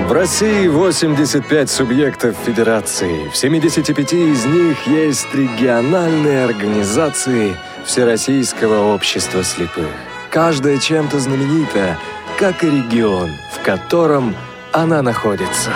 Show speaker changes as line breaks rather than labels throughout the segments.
В России 85 субъектов федерации. В 75 из них есть региональные организации Всероссийского общества слепых. Каждая чем-то знаменита, как и регион, в котором она находится.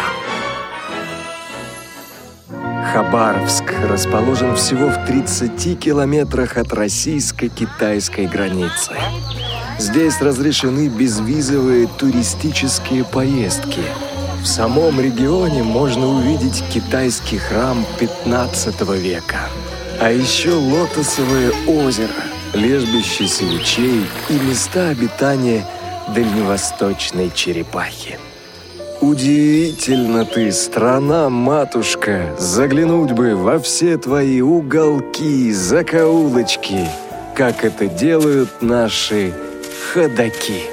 Хабаровск расположен всего в 30 километрах от российско-китайской границы. Здесь разрешены безвизовые туристические поездки. В самом регионе можно увидеть китайский храм 15 века. А еще Лотосовое озеро, лежбище силачей и места обитания дальневосточной черепахи. Удивительно ты, страна-матушка, заглянуть бы во все твои уголки, закоулочки, как это делают наши ходаки.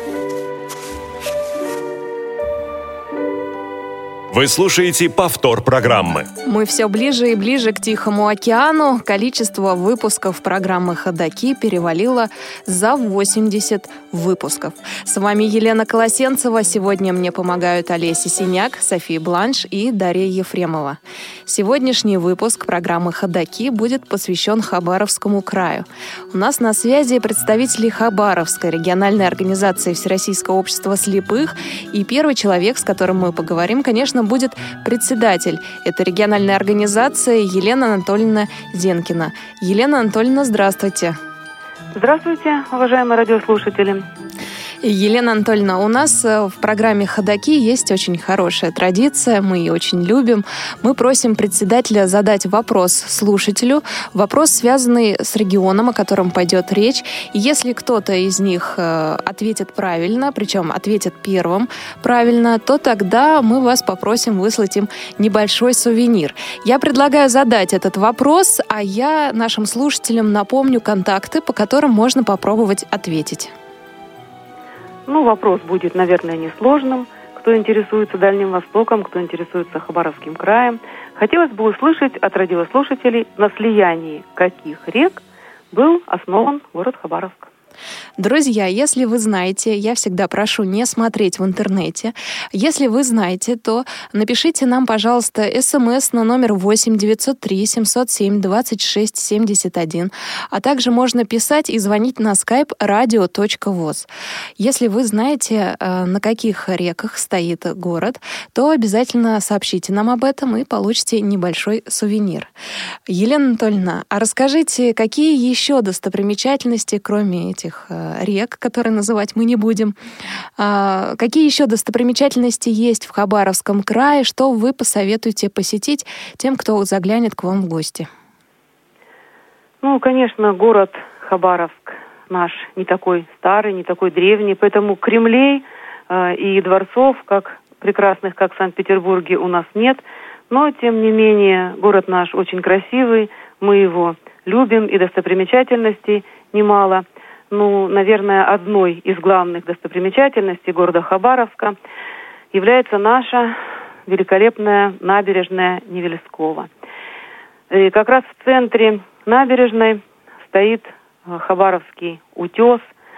Вы слушаете повтор программы.
Мы все ближе и ближе к Тихому океану. Количество выпусков программы «Ходаки» перевалило за 80 выпусков. С вами Елена Колосенцева. Сегодня мне помогают Олеся Синяк, София Бланш и Дарья Ефремова. Сегодняшний выпуск программы «Ходаки» будет посвящен Хабаровскому краю. У нас на связи представители Хабаровской региональной организации Всероссийского общества слепых. И первый человек, с которым мы поговорим, конечно, будет председатель этой региональной организации Елена Анатольевна Зенкина. Елена Анатольевна, здравствуйте.
Здравствуйте, уважаемые радиослушатели.
Елена Анатольевна, у нас в программе «Ходаки» есть очень хорошая традиция, мы ее очень любим. Мы просим председателя задать вопрос слушателю, вопрос, связанный с регионом, о котором пойдет речь. И если кто-то из них ответит правильно, причем ответит первым правильно, то тогда мы вас попросим выслать им небольшой сувенир. Я предлагаю задать этот вопрос, а я нашим слушателям напомню контакты, по которым можно попробовать ответить.
Вопрос будет, наверное, несложным. Кто интересуется Дальним Востоком, кто интересуется Хабаровским краем. Хотелось бы услышать от радиослушателей, на слиянии каких рек был основан город Хабаровск.
Друзья, если вы знаете, я всегда прошу не смотреть в интернете. Если вы знаете, то напишите нам, пожалуйста, смс на номер 8 903 707 26 71. А также можно писать и звонить на skype radio.voz. Если вы знаете, на каких реках стоит город, то обязательно сообщите нам об этом и получите небольшой сувенир. Елена Анатольевна, а расскажите, какие еще достопримечательности, кроме этих рек, которые называть мы не будем. Какие еще достопримечательности есть в Хабаровском крае? Что вы посоветуете посетить тем, кто заглянет к вам в гости?
Конечно, город Хабаровск наш не такой старый, не такой древний, поэтому кремлей и дворцов, как прекрасных, как в Санкт-Петербурге, у нас нет. Но, тем не менее, город наш очень красивый, мы его любим, и достопримечательностей немало. Наверное, одной из главных достопримечательностей города Хабаровска является наша великолепная набережная Невельского. И как раз в центре набережной стоит Хабаровский утес.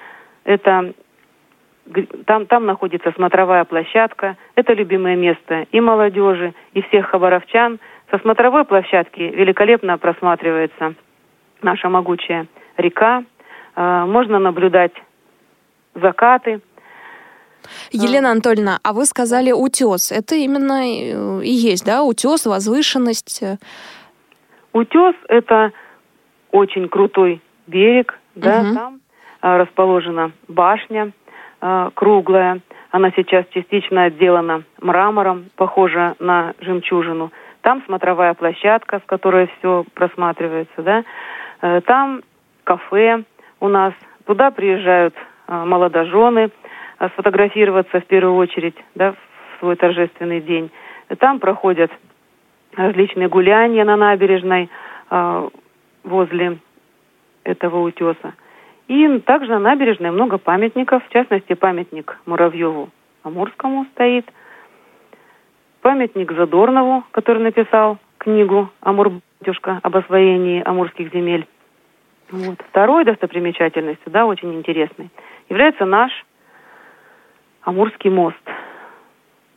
Там находится смотровая площадка. Это любимое место и молодежи, и всех хабаровчан. Со смотровой площадки великолепно просматривается наша могучая река. Можно наблюдать закаты.
Елена Анатольевна, а вы сказали утес. Это именно и есть, да? Утес, возвышенность.
Утес – это очень крутой берег. Да? Там расположена башня круглая. Она сейчас частично отделана мрамором, похожа на жемчужину. Там смотровая площадка, с которой все просматривается. Да? Там кафе. У нас туда приезжают молодожены сфотографироваться в первую очередь, да, в свой торжественный день. Там проходят различные гуляния на набережной возле этого утеса. И также на набережной много памятников, в частности, памятник Муравьеву Амурскому стоит, памятник Задорнову, который написал книгу «Амур-батюшка» об освоении амурских земель. Второй достопримечательностью, да, очень интересной, является наш Амурский мост.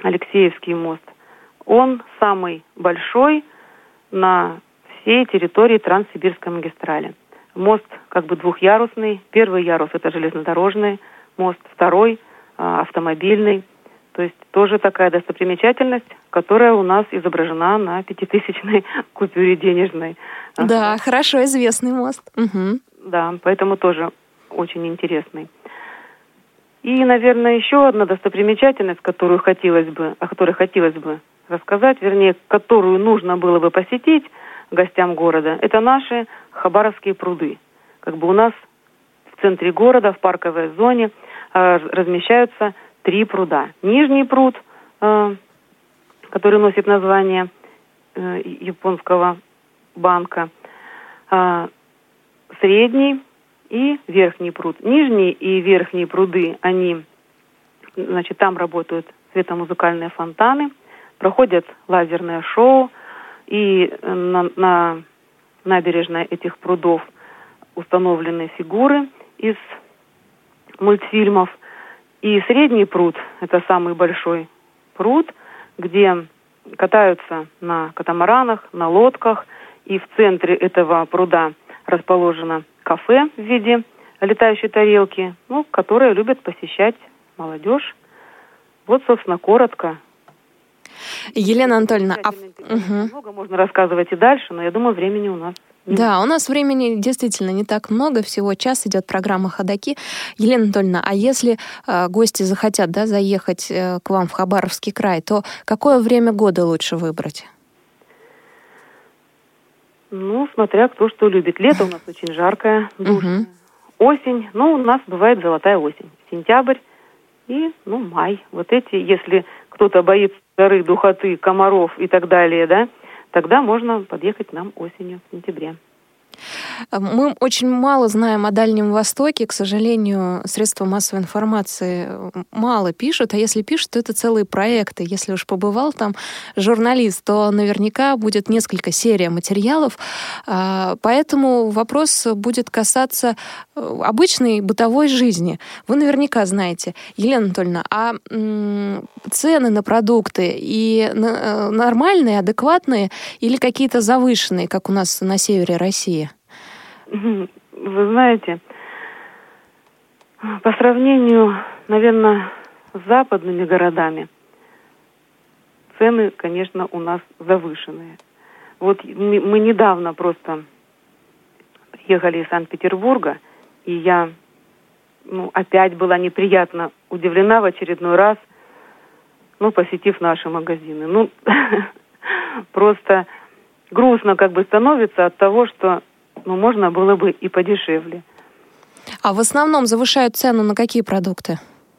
Алексеевский мост, он самый большой на всей территории Транссибирской магистрали. Мост как бы двухъярусный. Первый ярус – это железнодорожный мост, второй – автомобильный. То есть тоже такая достопримечательность, которая у нас изображена на 5000-й купюре денежной.
Да, хорошо известный мост. Угу.
Да, поэтому тоже очень интересный. И, наверное, еще одна достопримечательность, о которой хотелось бы рассказать, вернее, которую нужно было бы посетить гостям города, это наши Хабаровские пруды. Как бы у нас в центре города, в парковой зоне, размещаются 3 пруда. Нижний пруд, который носит название японского банка, средний и верхний пруд. Нижний и верхние пруды, они, значит, там работают светомузыкальные фонтаны, проходят лазерное шоу, и на набережной этих прудов установлены фигуры из мультфильмов. И средний пруд, это самый большой пруд, где катаются на катамаранах, на лодках, и в центре этого пруда расположено кафе в виде летающей тарелки, которое любят посещать молодежь. Вот, собственно, коротко.
Елена Анатольевна,
много можно рассказывать и дальше, но я думаю, времени у нас нет.
Да, у нас времени действительно не так много, всего час идет программа «Ходоки». Елена Анатольевна, а если гости захотят, заехать к вам в Хабаровский край, то какое время года лучше выбрать?
Смотря кто что любит. Лето у нас очень жаркое, душное. Осень, у нас бывает золотая осень. Сентябрь и, май. Вот эти, если кто-то боится жары, духоты, комаров и так далее, тогда можно подъехать к нам осенью, в сентябре.
Мы очень мало знаем о Дальнем Востоке. К сожалению, средства массовой информации мало пишут, а если пишут, то это целые проекты. Если уж побывал там журналист, то наверняка будет несколько серий материалов. Поэтому вопрос будет касаться обычной бытовой жизни. Вы наверняка знаете, Елена Анатольевна, а цены на продукты и нормальные, адекватные или какие-то завышенные, как у нас на севере России?
Вы знаете, по сравнению, наверное, с западными городами, цены, конечно, у нас завышенные. Вот мы недавно просто приехали из Санкт-Петербурга, и я опять была неприятно удивлена в очередной раз, посетив наши магазины. Просто грустно становится от того, что можно было бы и подешевле.
А в основном завышают цену на какие продукты?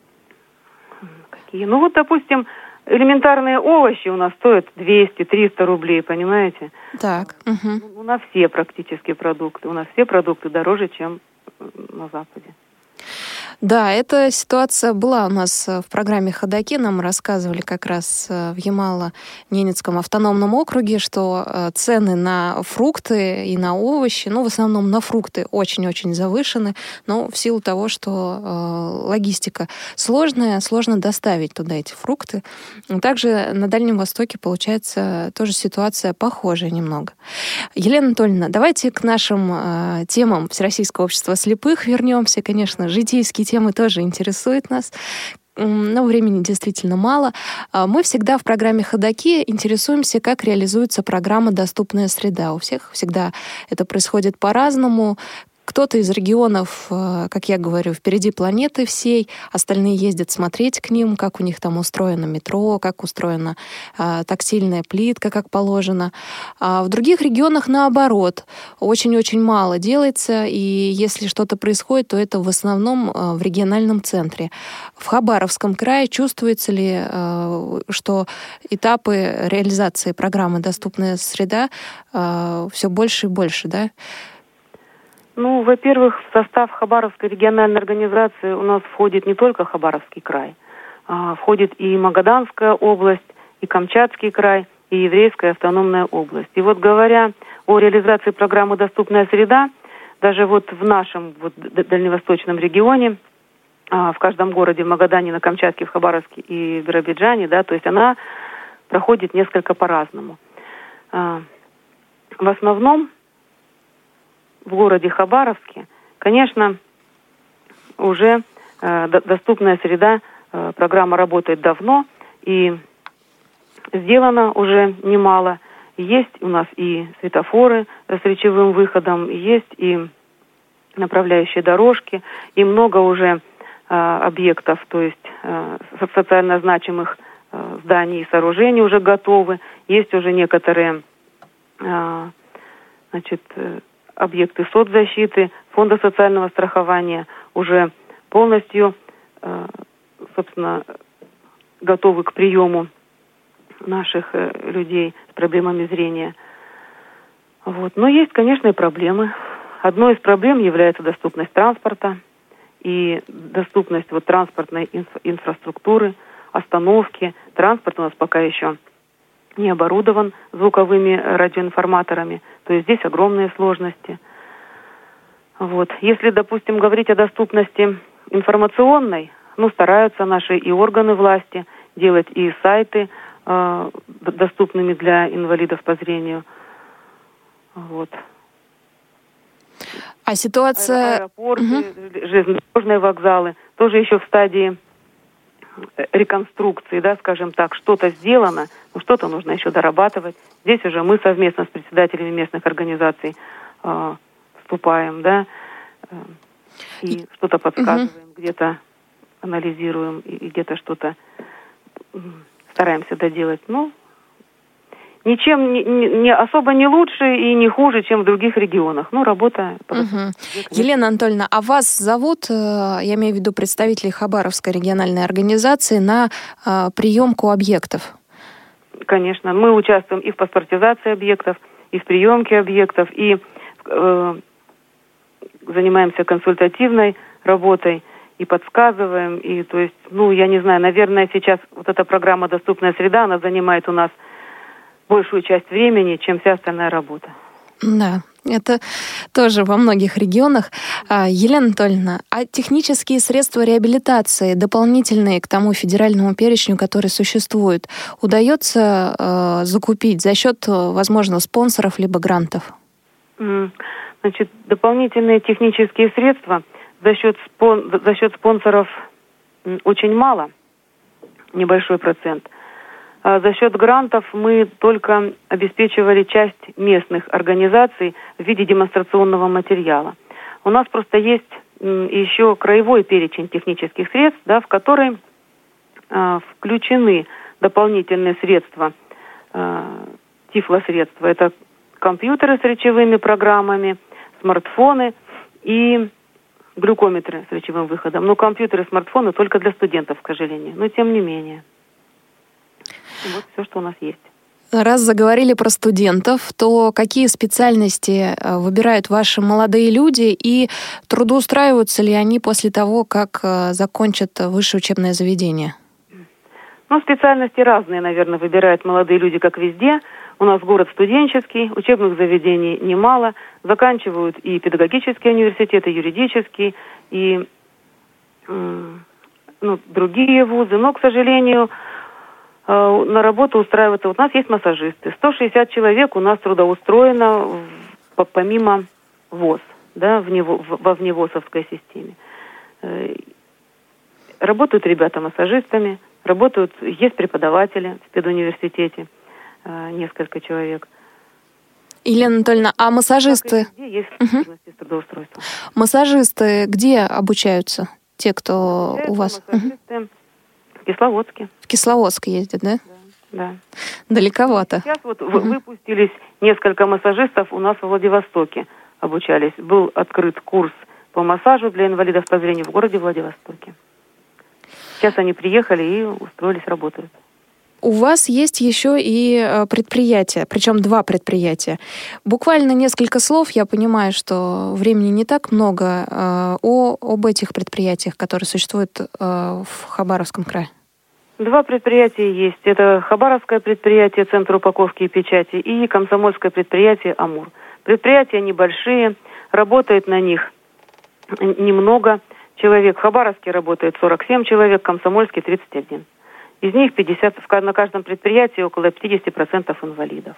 Какие? Допустим, элементарные овощи у нас стоят 200-300 рублей, понимаете?
Так. Угу.
У нас все практически продукты. У нас все продукты дороже, чем на Западе.
Да, эта ситуация была у нас в программе «Ходоки». Нам рассказывали как раз в Ямало-Ненецком автономном округе, что цены на фрукты и на овощи, в основном на фрукты, очень-очень завышены, но в силу того, что логистика сложная, сложно доставить туда эти фрукты. Также на Дальнем Востоке получается тоже ситуация похожая немного. Елена Анатольевна, давайте к нашим темам Всероссийского общества слепых вернемся. Конечно, житейские темы тоже интересуют нас, но времени действительно мало. Мы всегда в программе «Ходоки» интересуемся, как реализуется программа «Доступная среда». У всех всегда это происходит по-разному. Кто-то из регионов, как я говорю, впереди планеты всей, остальные ездят смотреть к ним, как у них там устроено метро, как устроена тактильная плитка, как положено. А в других регионах наоборот, очень-очень мало делается, и если что-то происходит, то это в основном в региональном центре. В Хабаровском крае чувствуется ли, что этапы реализации программы «Доступная среда» все больше и больше, да?
Во-первых, в состав Хабаровской региональной организации у нас входит не только Хабаровский край, входит и Магаданская область, и Камчатский край, и Еврейская автономная область. И говоря о реализации программы «Доступная среда», даже в нашем дальневосточном регионе в каждом городе, в Магадане, на Камчатке, в Хабаровске и в Биробиджане, да, то есть она проходит несколько по-разному. В основном в городе Хабаровске, конечно, уже доступная среда, программа работает давно, и сделано уже немало. Есть у нас и светофоры с речевым выходом, есть и направляющие дорожки, и много уже объектов, то есть социально значимых зданий и сооружений уже готовы. Есть уже некоторые объекты соцзащиты, фонда социального страхования уже полностью, собственно, готовы к приему наших людей с проблемами зрения. Вот. Но есть, конечно, и проблемы. Одной из проблем является доступность транспорта и доступность транспортной инфраструктуры, остановки. Транспорт у нас пока еще не оборудован звуковыми радиоинформаторами, то есть здесь огромные сложности. Вот. Если, допустим, говорить о доступности информационной, стараются наши и органы власти делать и сайты доступными для инвалидов по зрению. Вот.
А ситуация...
Аэропорты, железнодорожные вокзалы тоже еще в стадии реконструкции, да, скажем так, что-то сделано, но что-то нужно еще дорабатывать. Здесь уже мы совместно с председателями местных организаций вступаем, да, и что-то подсказываем, где-то анализируем, и где-то что-то стараемся доделать. Ничем не особо не лучше и не хуже, чем в других регионах. Работа...
Елена Анатольевна, а вас зовут, я имею в виду представителей Хабаровской региональной организации, на приемку объектов?
Конечно. Мы участвуем и в паспортизации объектов, и в приемке объектов, и занимаемся консультативной работой, и подсказываем. И, то есть, я не знаю, наверное, сейчас эта программа «Доступная среда», она занимает у нас большую часть времени, чем вся остальная работа.
Да, это тоже во многих регионах. Елена Анатольевна, а технические средства реабилитации, дополнительные к тому федеральному перечню, который существует, удается закупить за счет, возможно, спонсоров либо грантов?
Дополнительные технические средства за счет спонсоров очень мало, небольшой процент. А за счет грантов мы только обеспечивали часть местных организаций в виде демонстрационного материала. У нас просто есть еще краевой перечень технических средств, да, в который включены дополнительные средства, тифлосредства. Это компьютеры с речевыми программами, смартфоны и глюкометры с речевым выходом. Но компьютеры и смартфоны только для студентов, к сожалению. Но тем не менее. Вот все, что у нас есть.
Раз заговорили про студентов, то какие специальности выбирают ваши молодые люди и трудоустраиваются ли они после того, как закончат высшее учебное заведение?
Специальности разные, наверное, выбирают молодые люди, как везде. У нас город студенческий, учебных заведений немало. Заканчивают и педагогические университеты, юридический, и другие вузы. Но, к сожалению, на работу устраиваться. У нас есть массажисты. 160 человек у нас трудоустроено помимо ВОЗ, да, во вневозовской системе. Работают ребята массажистами, есть преподаватели в педуниверситете, несколько человек.
Елена Анатольевна, а массажисты?
Есть возможности трудоустройства.
Массажисты где обучаются? Те, кто у вас?
Массажисты в Кисловодске.
В Кисловодск ездят, да?
Да.
Далековато.
Сейчас выпустились несколько массажистов у нас в Владивостоке обучались. Был открыт курс по массажу для инвалидов по зрению в городе Владивостоке. Сейчас они приехали и устроились, работают.
У вас есть еще и предприятия, причем 2 предприятия. Буквально несколько слов, я понимаю, что времени не так много, об этих предприятиях, которые существуют в Хабаровском крае.
2 предприятия есть. Это Хабаровское предприятие, Центр упаковки и печати, и Комсомольское предприятие «Амур». Предприятия небольшие, работает на них немного человек. В Хабаровске работает 47 человек, в Комсомольске 31. Из них 50, на каждом предприятии около 50% инвалидов.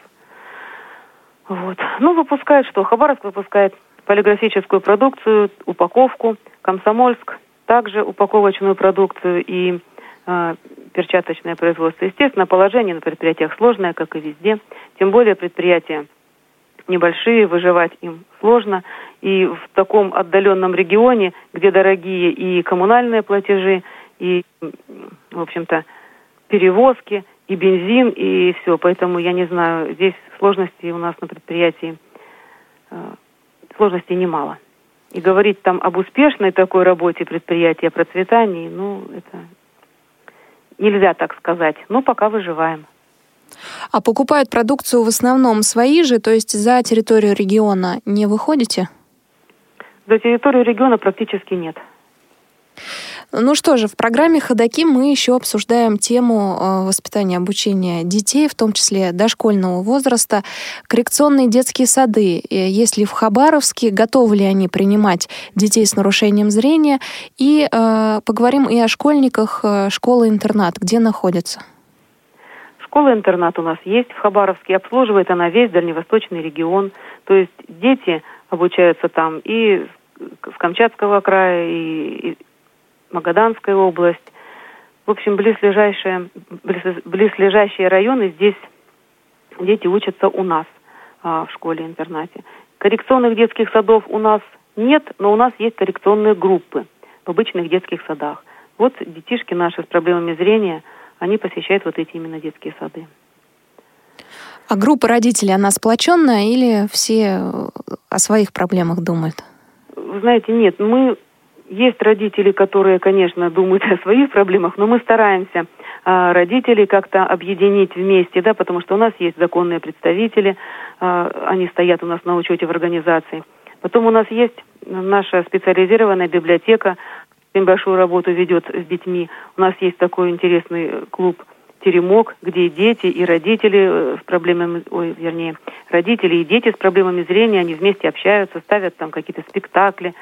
Вот. Ну, выпускает что? Хабаровск выпускает полиграфическую продукцию, упаковку, Комсомольск также упаковочную продукцию и перчаточное производство. Естественно, положение на предприятиях сложное, как и везде. Тем более предприятия небольшие, выживать им сложно. И в таком отдаленном регионе, где дорогие и коммунальные платежи, и, в общем-то, перевозки, и бензин, и все. Поэтому, я не знаю, здесь сложностей у нас на предприятии, сложностей немало. И говорить там об успешной такой работе предприятия, о процветании, это нельзя так сказать. Пока выживаем.
А покупают продукцию в основном свои же, то есть за территорию региона не выходите?
За территорию региона практически нет.
Ну что же, в программе «Ходоки» мы еще обсуждаем тему воспитания, обучения детей, в том числе дошкольного возраста, коррекционные детские сады. Есть ли в Хабаровске, готовы ли они принимать детей с нарушением зрения? И поговорим и о школьниках школы-интернат, где находятся.
Школа-интернат у нас есть в Хабаровске, обслуживает она весь дальневосточный регион. То есть дети обучаются там и с Камчатского края, и Магаданская область. В общем, близлежащие районы, здесь дети учатся у нас в школе-интернате. Коррекционных детских садов у нас нет, но у нас есть коррекционные группы в обычных детских садах. Вот детишки наши с проблемами зрения, они посещают вот эти именно детские сады.
А группа родителей, она сплоченная или все о своих проблемах думают?
Вы знаете, нет, есть родители, которые, конечно, думают о своих проблемах, но мы стараемся родителей как-то объединить вместе, да, потому что у нас есть законные представители, они стоят у нас на учете в организации. Потом у нас есть наша специализированная библиотека, очень большую работу ведет с детьми. У нас есть такой интересный клуб «Теремок», где дети и родители с проблемами, родители и дети с проблемами зрения, они вместе общаются, ставят там какие-то спектакли,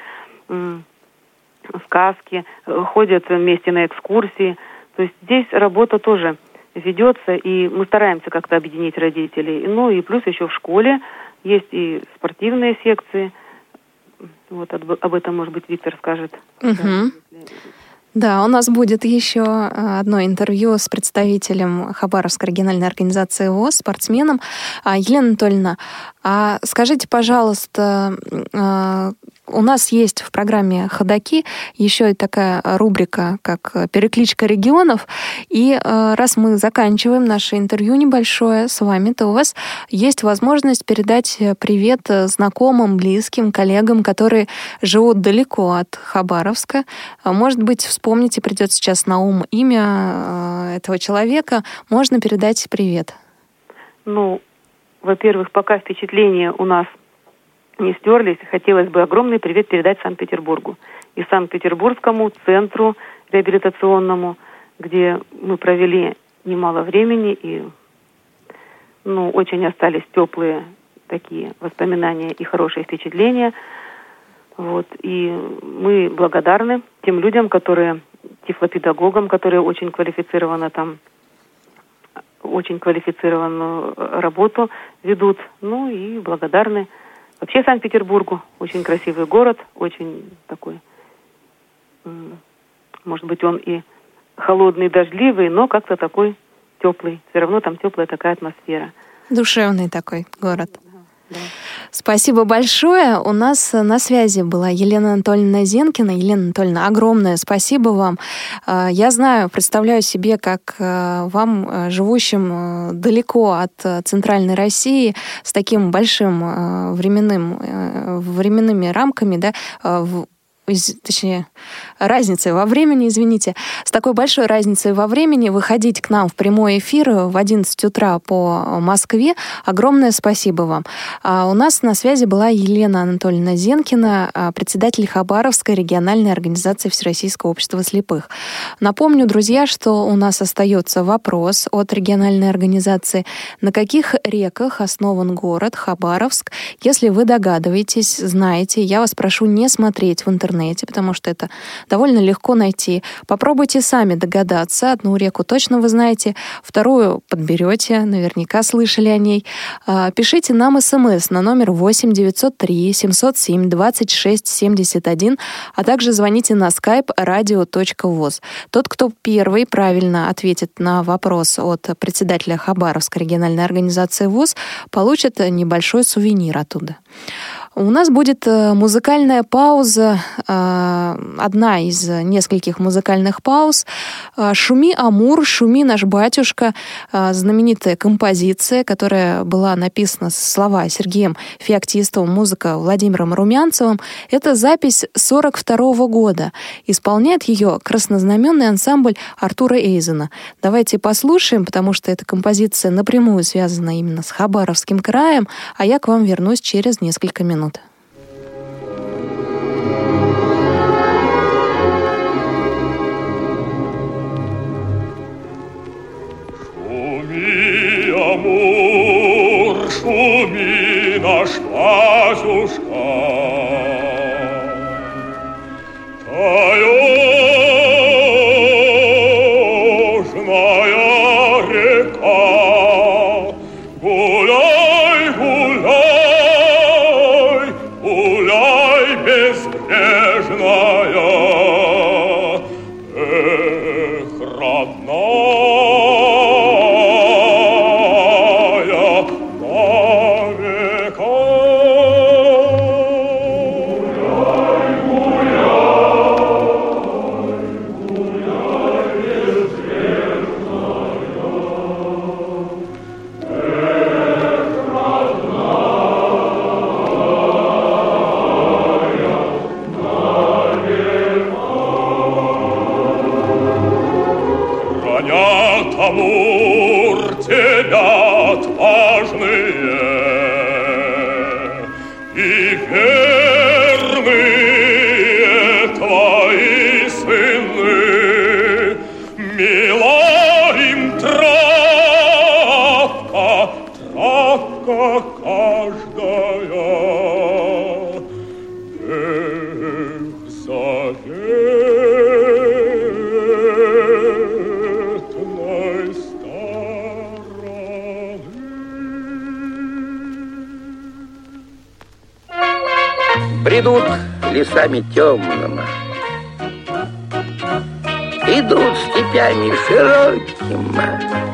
сказки, ходят вместе на экскурсии. То есть здесь работа тоже ведется, и мы стараемся как-то объединить родителей. И плюс еще в школе есть и спортивные секции. Вот об этом, может быть, Виктор скажет.
Угу. Да, у нас будет еще одно интервью с представителем Хабаровской региональной организации ВОС, спортсменом. Елена Анатольевна, скажите, пожалуйста, у нас есть в программе «Ходоки» еще и такая рубрика, как «Перекличка регионов». И раз мы заканчиваем наше интервью небольшое с вами, то у вас есть возможность передать привет знакомым, близким, коллегам, которые живут далеко от Хабаровска. Может быть, вспомните, придет сейчас на ум имя этого человека. Можно передать привет.
Во-первых, пока впечатления у нас не стерлись, хотелось бы огромный привет передать Санкт-Петербургу и Санкт-Петербургскому центру реабилитационному, где мы провели немало времени и очень остались теплые такие воспоминания и хорошие впечатления. Вот. И мы благодарны тем людям, тифлопедагогам, которые очень квалифицированную работу ведут. И благодарны вообще Санкт-Петербургу. Очень красивый город, очень такой, может быть, он и холодный, дождливый, но как-то такой теплый. Все равно там теплая такая атмосфера.
Душевный такой город.
Да.
Спасибо большое. У нас на связи была Елена Анатольевна Зенкина. Елена Анатольевна, огромное спасибо вам. Я знаю, представляю себе, как вам, живущим далеко от центральной России, с таким большим временными рамками, да, разницей во времени, с такой большой разницей во времени выходить к нам в прямой эфир в 11 утра по Москве. Огромное спасибо вам. У нас на связи была Елена Анатольевна Зенкина, председатель Хабаровской региональной организации Всероссийского общества слепых. Напомню, друзья, что у нас остается вопрос от региональной организации: на каких реках основан город Хабаровск? Если вы догадываетесь, знаете, я вас прошу не смотреть в интернете интернете, потому что это довольно легко найти. Попробуйте сами догадаться. Одну реку точно вы знаете, вторую подберете, наверняка слышали о ней. Пишите нам СМС на номер 8 903 707 26 71, а также звоните на skype radio.voz. Тот, кто первый правильно ответит на вопрос от председателя Хабаровской региональной организации ВОС, получит небольшой сувенир оттуда. У нас будет музыкальная пауза, одна из нескольких музыкальных пауз. «Шуми, Амур, шуми, наш батюшка», знаменитая композиция, которая была написана, слова Сергеем Феоктистовым, музыка Владимиром Румянцевым. Это запись 1942 года. Исполняет ее краснознаменный ансамбль Артура Эйзена. Давайте послушаем, потому что эта композиция напрямую связана именно с Хабаровским краем, а я к вам вернусь через несколько минут.
Шуми, Амур, шуми, наш батюшка, таежная река, гуляй, гуляй, гуляй, безбрежная, эх, родная река. Гуляй, гуляй, гуляй, хранят, Амур, тебя отважные и верные твои сыны. Мила им травка, травка каждая. Эх, заветной стороны.
Бредут лесами темными, идут степями широкими,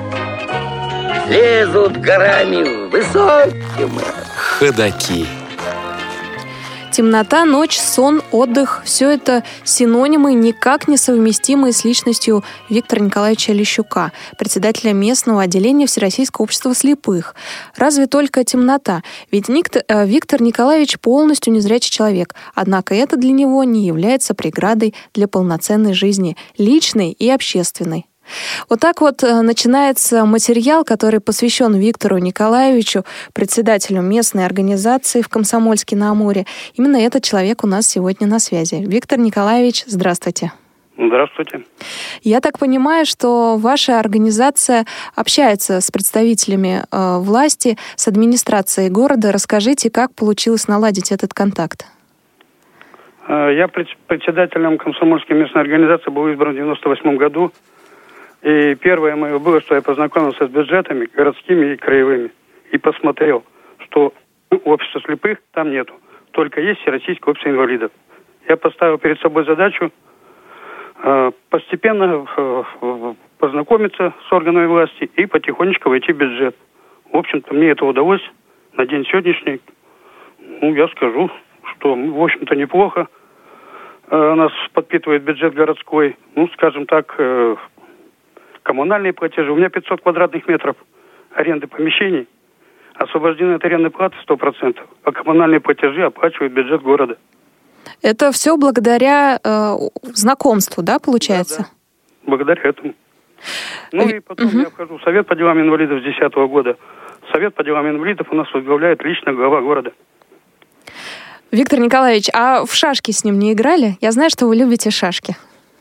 лезут горами высокими.
Ходаки.
Темнота, ночь, сон, отдых – все это синонимы, никак не совместимые с личностью Виктора Николаевича Лещука, председателя местного отделения Всероссийского общества слепых. Разве только темнота? Ведь Виктор Николаевич полностью незрячий человек, однако это для него не является преградой для полноценной жизни, личной и общественной. Вот так вот начинается материал, который посвящен Виктору Николаевичу, председателю местной организации в Комсомольске-на-Амуре. Именно этот человек у нас сегодня на связи. Виктор Николаевич, здравствуйте.
Здравствуйте.
Я так понимаю, что ваша организация общается с представителями власти, с администрацией города. Расскажите, как получилось наладить этот контакт?
Я председателем Комсомольской местной организации был избран в 1998 году. И первое мое было, что я познакомился с бюджетами городскими и краевыми. И посмотрел, что общества слепых там нету. Только есть Всероссийское общество инвалидов. Я поставил перед собой задачу постепенно познакомиться с органами власти и потихонечку войти в бюджет. В общем-то, мне это удалось на день сегодняшний. Я скажу, что, в общем-то, неплохо. Нас подпитывает бюджет городской. Скажем так, коммунальные платежи. У меня 500 квадратных метров аренды помещений. Освобождены от арендной платы 100%. А коммунальные платежи оплачивает бюджет города.
Это все благодаря знакомству, да, получается?
Да. Благодаря этому. И потом я вхожу в Совет по делам инвалидов с 2010 года. Совет по делам инвалидов у нас возглавляет лично глава города.
Виктор Николаевич, а в шашки с ним не играли? Я знаю, что вы любите шашки.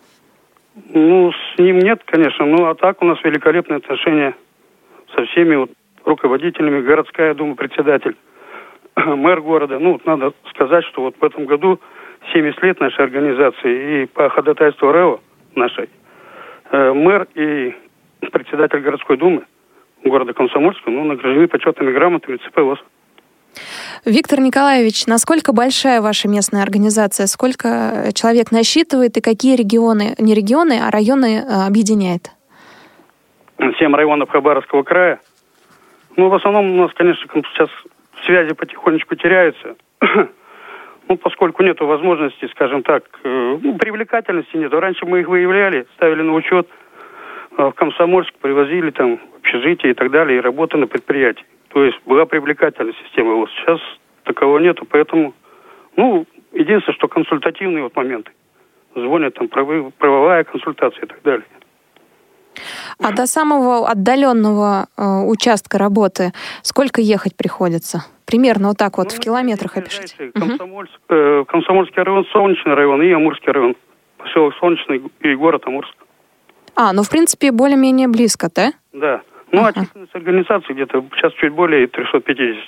С ним нет, конечно. А так у нас великолепные отношения со всеми руководителями. Городская дума, председатель, мэр города. Надо сказать, что в этом году 70 лет нашей организации, и по ходатайству РЭО нашей, мэр и председатель городской думы города Комсомольска награждены почетными грамотами ЦП ВОС.
Виктор Николаевич, насколько большая ваша местная организация? Сколько человек насчитывает и какие регионы, не регионы, а районы объединяет?
7 районов Хабаровского края. В основном у нас, конечно, сейчас связи потихонечку теряются. Поскольку нету возможности, скажем так, привлекательности нету. Раньше мы их выявляли, ставили на учет в Комсомольск, привозили там в общежитие и так далее, и работа на предприятии. То есть была привлекательная система. Вот сейчас такового нету, поэтому, единственное, что консультативные моменты. Звонят там правовая консультация и так далее.
А до самого отдаленного участка работы сколько ехать приходится? Примерно вот так вот в километрах опишите.
Комсомольский район, Солнечный район и Амурский район. Поселок Солнечный и город Амурск.
В принципе, более-менее близко, да?
Да. А численность организации где-то сейчас чуть более 350.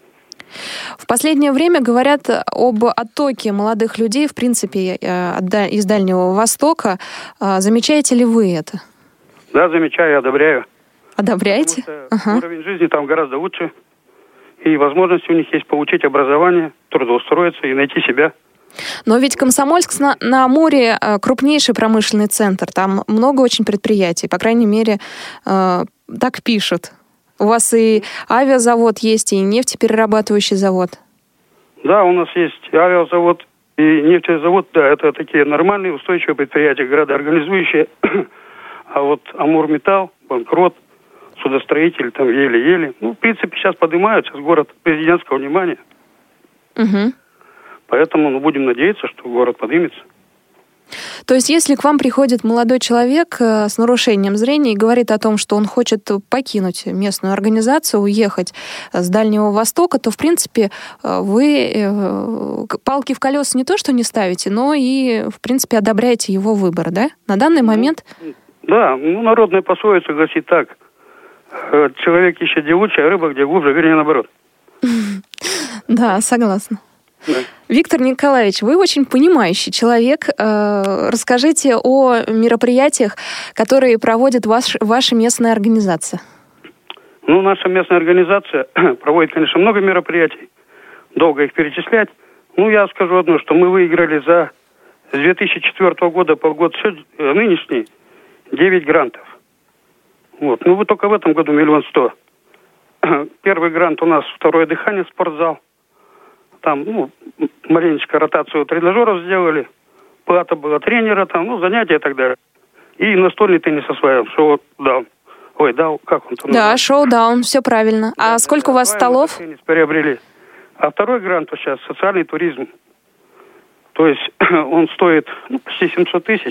В последнее время говорят об оттоке молодых людей, в принципе, из Дальнего Востока. Замечаете ли вы это?
Да, замечаю, одобряю.
Одобряете?
Уровень жизни там гораздо лучше. И возможности у них есть получить образование, трудоустроиться и найти себя.
Но ведь Комсомольск на Амуре крупнейший промышленный центр. Там много очень предприятий. По крайней мере, так пишут. У вас и авиазавод есть, и нефтеперерабатывающий завод. Да,
у нас есть авиазавод и нефтезавод. Да, это такие нормальные, устойчивые предприятия, градоорганизующие. А вот Амурметалл, банкрот, судостроитель там еле-еле. В принципе, сейчас поднимают, сейчас город президентского внимания.
Угу.
Поэтому будем надеяться, что город поднимется.
То есть, если к вам приходит молодой человек с нарушением зрения и говорит о том, что он хочет покинуть местную организацию, уехать с Дальнего Востока, то, в принципе, вы палки в колеса не то что не ставите, но и, в принципе, одобряете его выбор, да? На данный момент...
Да, народная пословица гласит так. Человек ищет где лучше, а рыба где глубже, вернее, наоборот.
Да, согласна.
Да.
Виктор Николаевич, вы очень понимающий человек. Расскажите о мероприятиях, которые проводит ваша местная организация.
Наша местная организация проводит, конечно, много мероприятий. Долго их перечислять. Я скажу одно, что мы выиграли с 2004 года по год нынешний 9 грантов. Вы только в этом году 1 100 000. Первый грант у нас «Второе дыхание», спортзал. Там, маленечко ротацию тренажеров сделали. Плата была тренера, занятия и так далее. И настольный теннис осваиваем, шоу-даун. Как он там?
Да, шоу-даун, все правильно. А сколько у вас столов?
Теннис приобрели. А второй грант сейчас социальный туризм. То есть он стоит почти 700 000.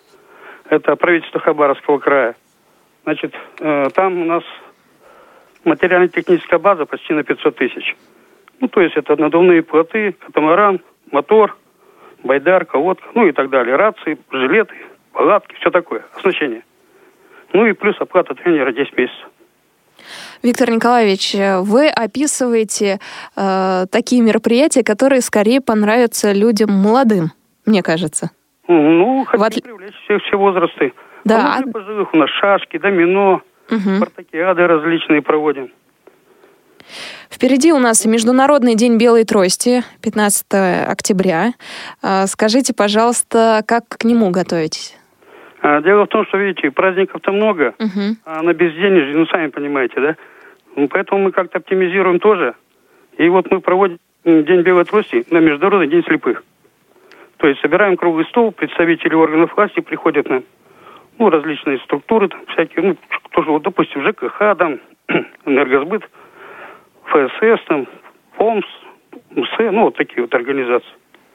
Это правительство Хабаровского края. Значит, там у нас материально-техническая база почти на 500 000. То есть это надувные плоты, катамаран, мотор, байдарка, лодка, и так далее. Рации, жилеты, палатки, все такое, оснащение. И плюс оплата тренера 10 месяцев.
Виктор Николаевич, вы описываете такие мероприятия, которые скорее понравятся людям молодым, мне кажется.
Хотим привлечь все возрасты.
Да.
Для пожилых у нас шашки, домино, спартакиады различные проводим.
Впереди у нас Международный день белой трости, 15 октября. Скажите, пожалуйста, как к нему готовитесь?
Дело в том, что, видите, праздников-то много, а на безденежье, сами понимаете, да? Поэтому мы как-то оптимизируем тоже. И мы проводим День белой трости на Международный день слепых. То есть собираем круглый стол, представители органов власти приходят нам, различные структуры, всякие, тоже, допустим, ЖКХ, Энергосбыт, ФСС, ФОМС, МС, такие организации.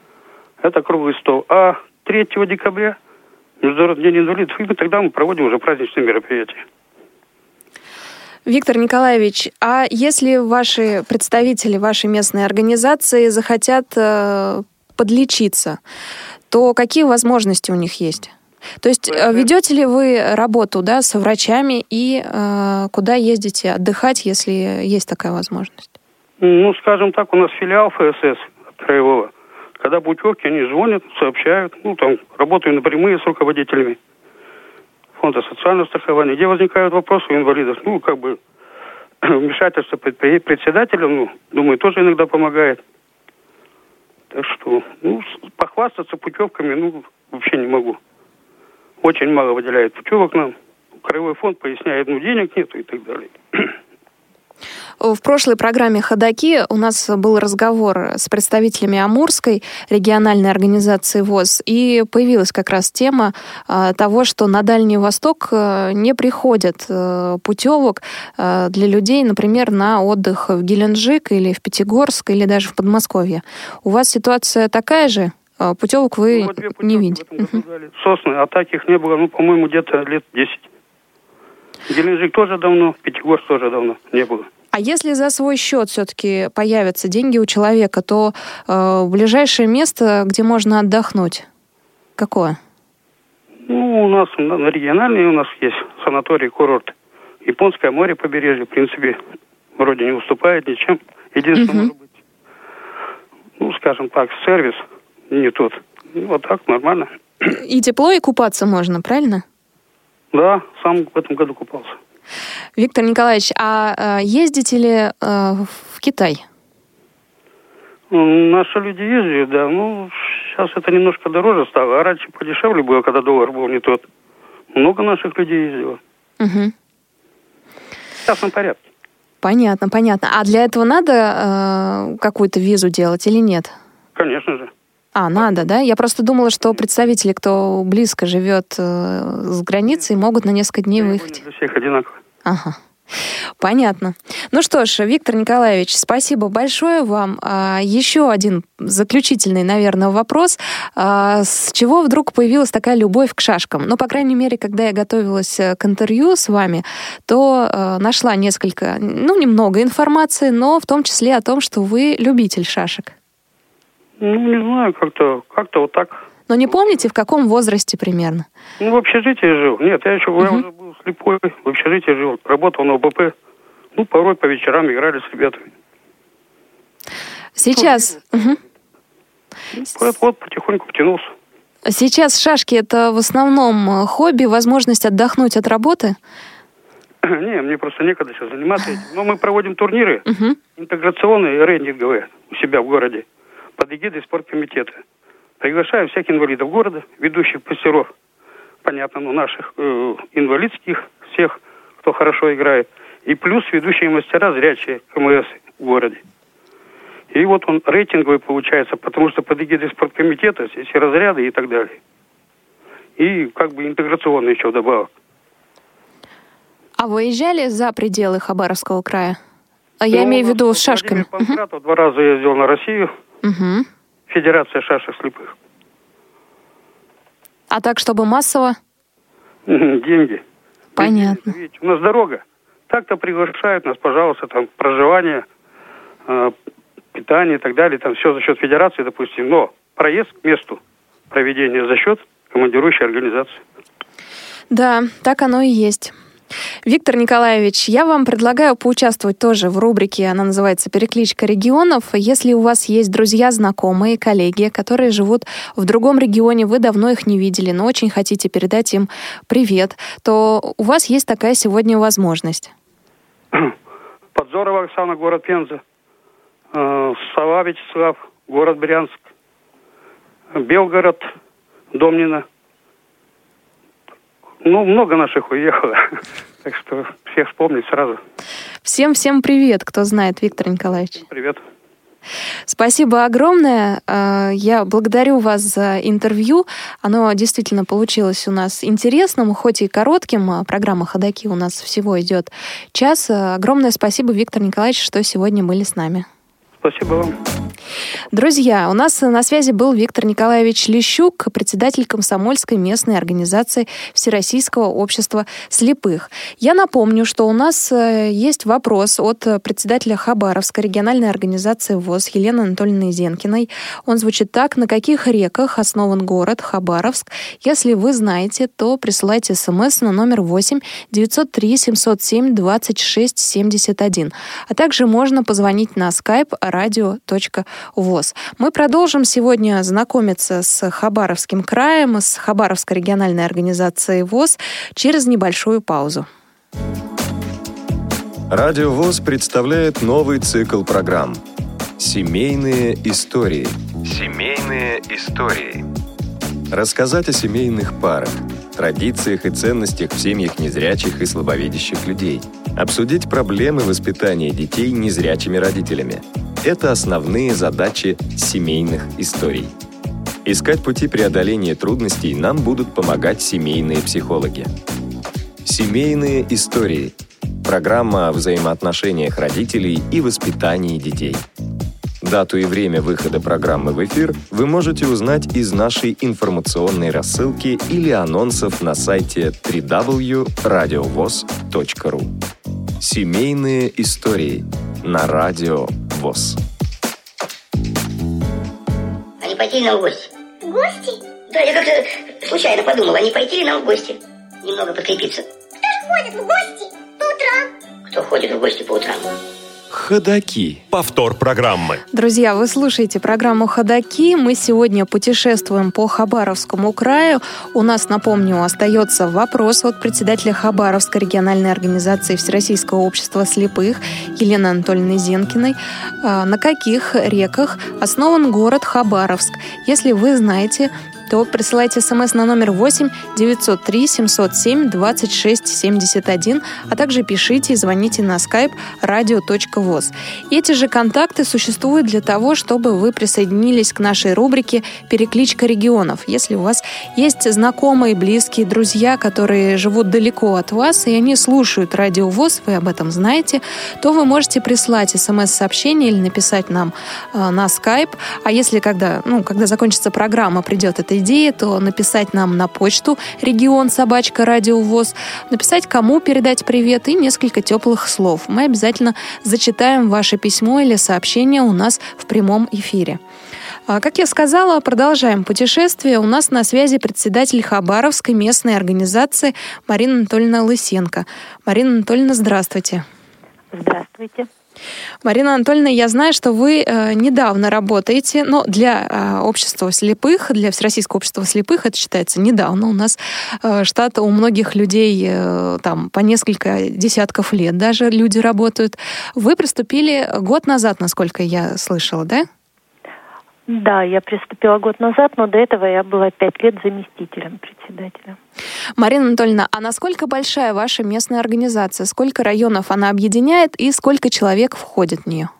Это круглый стол. А 3 декабря, Международный день инвалидов, и тогда мы проводим уже праздничные мероприятия.
Виктор Николаевич, а если ваши представители вашей местной организации захотят подлечиться, то какие возможности у них есть? То есть ведете ли вы работу, с врачами и куда ездите отдыхать, если есть такая возможность?
Скажем так, у нас филиал ФСС краевого Когда путевки, они звонят, сообщают. Работаю напрямую с руководителями фонда социального страхования, где возникают вопросы у инвалидов. Вмешательство председателя, думаю, тоже иногда помогает. Так что, похвастаться путевками, вообще не могу. Очень мало выделяет путевок нам. Краевой фонд поясняет, денег нету и так далее.
В прошлой программе «Ходоки» у нас был разговор с представителями Амурской региональной организации ВОС, и появилась как раз тема того, что на Дальний Восток не приходят путевок для людей, например, на отдых в Геленджик или в Пятигорск или даже в Подмосковье. У вас ситуация такая же? Путевок вы не видите?
Сосны, а таких не было, по-моему, где-то лет 10. Геленджик тоже давно, Пятигорск тоже давно не было.
А если за свой счет все-таки появятся деньги у человека, то ближайшее место, где можно отдохнуть, какое?
У нас на региональной у нас есть санаторий, курорт. Японское море, побережье, в принципе, вроде не уступает ничем. Единственное, может быть, скажем так, сервис не тот. Вот так, нормально.
И тепло, и купаться можно, правильно?
Да, сам в этом году купался.
Виктор Николаевич, а ездите ли в Китай?
Наши люди ездят, да. Сейчас это немножко дороже стало. А раньше подешевле было, когда доллар был не тот. Много наших людей ездило.
Угу.
В частном порядке.
Понятно. А для этого надо какую-то визу делать или нет?
Конечно же.
Надо, да? Я просто думала, что представители, кто близко живет с границей, могут на несколько дней выехать.
Для всех одинаково.
Ага. Понятно. Ну что ж, Виктор Николаевич, спасибо большое вам. Еще один заключительный, наверное, вопрос. С чего вдруг появилась такая любовь к шашкам? По крайней мере, когда я готовилась к интервью с вами, то нашла немного информации, но в том числе о том, что вы любитель шашек.
Не знаю, как-то вот так.
Но не помните, в каком возрасте примерно?
В общежитии жил. Нет, я уже был слепой, в общежитии жил. Работал на ОПП. Порой по вечерам играли с ребятами.
Сейчас...
Вот потихоньку втянулся.
Сейчас шашки — это в основном хобби, возможность отдохнуть от работы?
Не, мне просто некогда сейчас заниматься этим. Но мы проводим турниры интеграционные, рейдинговые у себя в городе под эгидой спорткомитета. Приглашаю всех инвалидов города, ведущих мастеров, понятно, наших инвалидских, всех, кто хорошо играет, и плюс ведущие мастера, зрячие КМС в городе. И вот он рейтинговый получается, потому что под эгидой спорткомитета есть и разряды и так далее. И интеграционный еще вдобавок.
А вы выезжали за пределы Хабаровского края? Я имею в виду с шашками.
Владимир Панкратов 2 раза ездил на Россию. Федерация шашек слепых.
А так, чтобы массово?
Деньги.
Понятно.
Видите, у нас дорога. Так-то приглашают нас, пожалуйста, проживание, питание и так далее. Там все за счет федерации, допустим. Но проезд к месту проведения за счет командирующей организации.
Да, так оно и есть. Виктор Николаевич, я вам предлагаю поучаствовать тоже в рубрике, она называется «Перекличка регионов». Если у вас есть друзья, знакомые, коллеги, которые живут в другом регионе, вы давно их не видели, но очень хотите передать им привет, то у вас есть такая сегодня возможность.
Подзорова Оксана, город Пенза. Сова Вячеслав, город Брянск. Белгород, Домнино. Много наших уехало. Так что всех вспомнить сразу.
Всем привет, кто знает, Виктор Николаевич.
Привет.
Спасибо огромное. Я благодарю вас за интервью. Оно действительно получилось у нас интересным, хоть и коротким. Программа «Ходоки» у нас всего идет час. Огромное спасибо, Виктор Николаевич, что сегодня были с нами.
Спасибо вам.
Друзья, у нас на связи был Виктор Николаевич Лещук, председатель комсомольской местной организации Всероссийского общества слепых. Я напомню, что у нас есть вопрос от председателя Хабаровской региональной организации ВОС Елены Анатольевны Зенкиной. Он звучит так: на каких реках основан город Хабаровск? Если вы знаете, то присылайте смс на номер 8 903 707 26 71. А также можно позвонить на skype radio.voz. Мы продолжим сегодня знакомиться с Хабаровским краем, с Хабаровской региональной организацией ВОС через небольшую паузу.
Радио ВОС представляет новый цикл программ «Семейные истории». Семейные истории. Рассказать о семейных парах, традициях и ценностях в семьях незрячих и слабовидящих людей. Обсудить проблемы воспитания детей незрячими родителями. Это основные задачи семейных историй. Искать пути преодоления трудностей нам будут помогать семейные психологи. Семейные истории. Программа о взаимоотношениях родителей и воспитании детей. Дату и время выхода программы в эфир вы можете узнать из нашей информационной рассылки или анонсов на сайте www.radiovoz.ru. Семейные истории на Радио ВОС.
А не пойти ли нам в гости? В гости? Да, я как-то случайно подумал, а не пойти ли нам в гости? Немного подкрепиться. Кто ж ходит в гости по утрам? Кто ходит в гости по утрам?
Ходаки. Повтор программы.
Друзья, вы слушаете программу «Ходаки». Мы сегодня путешествуем по Хабаровскому краю. У нас, напомню, остается вопрос от председателя Хабаровской региональной организации Всероссийского общества слепых Елены Анатольевны Зенкиной. На каких реках основан город Хабаровск? Если вы знаете, то присылайте смс на номер 8 903 707 26 71, а также пишите и звоните на skype radio.voz. Эти же контакты существуют для того, чтобы вы присоединились к нашей рубрике «Перекличка регионов». Если у вас есть знакомые, близкие, друзья, которые живут далеко от вас, и они слушают Радио ВОС, вы об этом знаете, то вы можете прислать смс-сообщение или написать нам на skype. А если когда закончится программа, придет эта идея, то написать нам на почту region@радиовоз, написать, кому передать привет и несколько теплых слов. Мы обязательно зачитаем ваше письмо или сообщение у нас в прямом эфире. Как я сказала, продолжаем путешествие. У нас на связи председатель Хабаровской местной организации Марина Анатольевна Лысенко. Марина Анатольевна, здравствуйте.
Здравствуйте.
Марина Анатольевна, я знаю, что вы недавно работаете, но для общества слепых, для Всероссийского общества слепых, это считается недавно. У нас штат у многих людей там по несколько десятков лет даже люди работают. Вы приступили год назад, насколько я слышала, да?
Да, я приступила год назад, но до этого я была 5 лет заместителем председателя.
Марина Анатольевна, а насколько большая ваша местная организация? Сколько районов она объединяет и сколько человек входит в нее?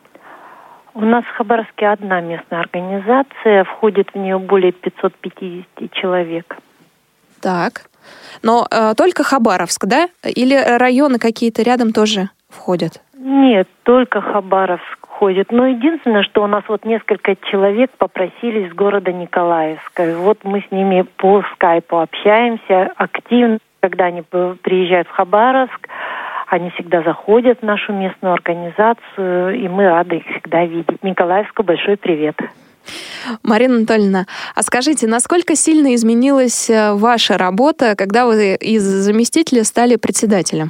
У нас в Хабаровске одна местная организация, входит в нее более 550 человек.
Так, но только Хабаровск, да? Или районы какие-то рядом тоже входят?
Нет, только Хабаровск входит. Но единственное, что у нас вот несколько человек попросили из города Николаевска. Вот мы с ними по скайпу общаемся активно. Когда они приезжают в Хабаровск, они всегда заходят в нашу местную организацию, и мы рады их всегда видеть. Николаевску большой привет.
Марина Анатольевна, а скажите, насколько сильно изменилась ваша работа, когда вы из заместителя стали председателем?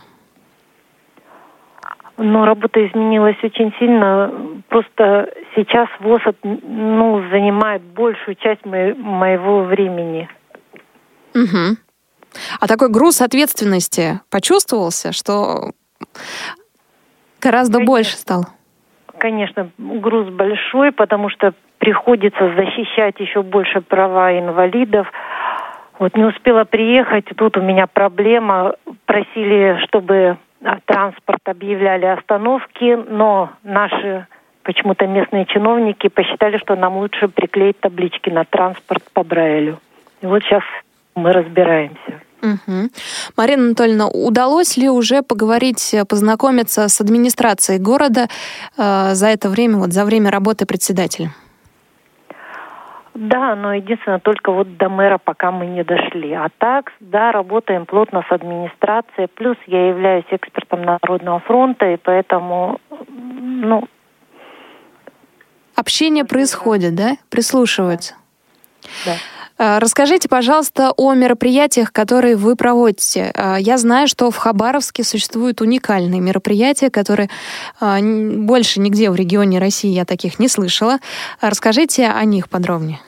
Но работа изменилась очень сильно. Просто сейчас ВОС занимает большую часть моего времени.
Угу. А такой груз ответственности почувствовался, что гораздо больше стало?
Конечно, груз большой, потому что приходится защищать еще больше права инвалидов. Вот не успела приехать, тут у меня проблема. Просили, чтобы транспорт объявляли остановки, но наши почему-то местные чиновники посчитали, что нам лучше приклеить таблички на транспорт по Брайлю. И вот сейчас мы разбираемся.
Угу. Марина Анатольевна, удалось ли уже поговорить, познакомиться с администрацией города за это время, за время работы председателя?
Да, но единственное, только вот до мэра пока мы не дошли. А так, да, работаем плотно с администрацией. Плюс я являюсь экспертом Народного фронта, и поэтому, Общение
происходит, да? Прислушиваются?
Да.
Расскажите, пожалуйста, о мероприятиях, которые вы проводите. Я знаю, что в Хабаровске существуют уникальные мероприятия, которые больше нигде в регионе России я таких не слышала. Расскажите о них подробнее.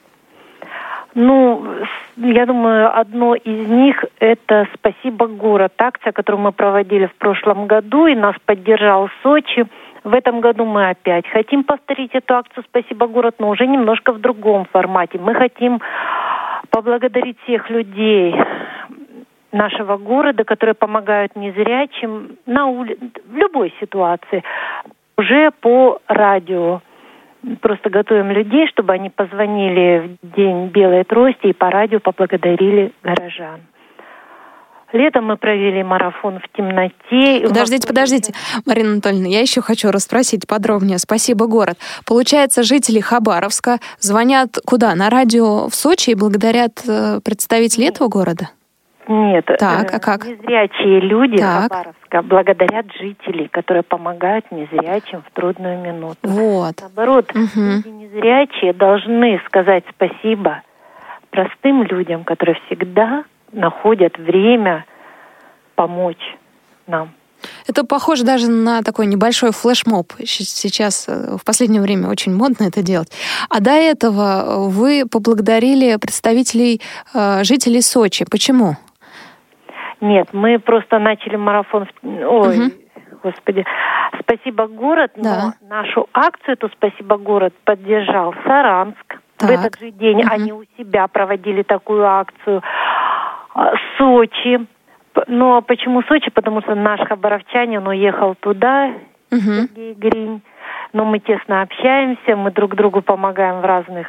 Я думаю, одно из них – это «Спасибо, город», акция, которую мы проводили в прошлом году, и нас поддержал Сочи. В этом году мы опять хотим повторить эту акцию «Спасибо, город», но уже немножко в другом формате. Мы хотим поблагодарить всех людей нашего города, которые помогают незрячим в любой ситуации, уже по радио. Просто готовим людей, чтобы они позвонили в День белой трости и по радио поблагодарили горожан. Летом мы провели марафон в темноте.
Подождите, Марина Анатольевна, я еще хочу расспросить подробнее. «Спасибо, город». Получается, жители Хабаровска звонят куда? На радио в Сочи и благодарят представителей этого города?
Нет.
Так, а как?
Незрячие люди Хабаровска благодарят жителей, которые помогают незрячим в трудную минуту.
Вот.
Наоборот, люди незрячие должны сказать спасибо простым людям, которые всегда находят время помочь нам.
Это похоже даже на такой небольшой флешмоб. Сейчас в последнее время очень модно это делать. А до этого вы поблагодарили представителей жителей Сочи. Почему?
Нет, мы просто начали марафон. Господи. «Спасибо, город», но нашу акцию, эту «Спасибо, город» поддержал Саранск. В этот же день они у себя проводили такую акцию. Сочи. Ну, а почему Сочи? Потому что наш хабаровчанин уехал туда, Сергей Гринь. Но мы тесно общаемся, мы друг другу помогаем в разных,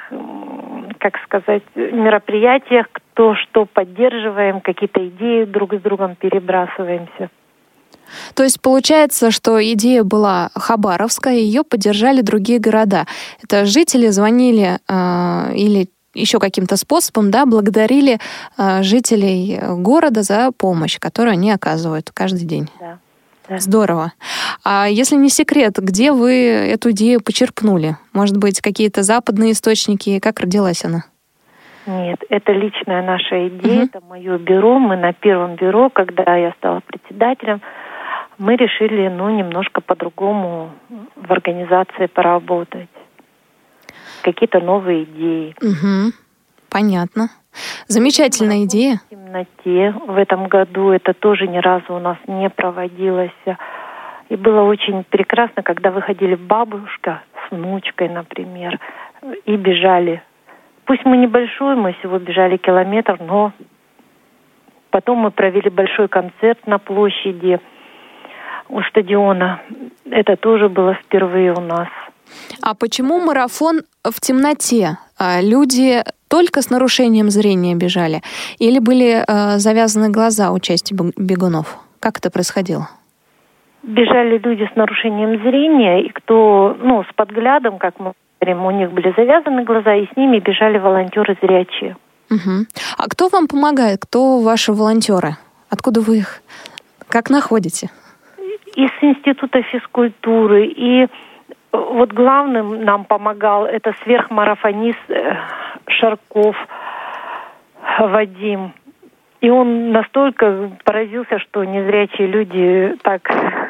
мероприятиях, кто что поддерживаем, какие-то идеи друг с другом перебрасываемся.
То есть получается, что идея была хабаровская, ее поддержали другие города. Это жители звонили или еще каким-то способом, благодарили жителей города за помощь, которую они оказывают каждый день.
Да.
Здорово. А если не секрет, где вы эту идею почерпнули? Может быть, какие-то западные источники? Как родилась она?
Нет, это личная наша идея, это мое бюро. Мы на первом бюро, когда я стала председателем, мы решили, немножко по-другому в организации поработать. Какие-то новые идеи.
Понятно. Замечательная идея.
В темноте в этом году это тоже ни разу у нас не проводилось. И было очень прекрасно, когда выходили бабушка с внучкой, например, и бежали. Пусть мы небольшой, мы всего бежали километр, но потом мы провели большой концерт на площади у стадиона. Это тоже было впервые у нас.
А почему марафон в темноте? Люди только с нарушением зрения бежали? Или были завязаны глаза у части бегунов? Как это происходило?
Бежали люди с нарушением зрения, и кто, с подглядом, как мы говорим, у них были завязаны глаза, и с ними бежали волонтеры зрячие.
А кто вам помогает? Кто ваши волонтеры? Откуда вы их? Как находите?
Из Института физкультуры. И вот главным нам помогал это сверхмарафонист Шарков Вадим. И он настолько поразился, что незрячие люди так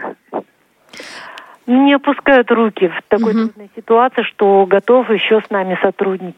не опускают руки в такой трудной ситуации, что готов еще с нами сотрудничать.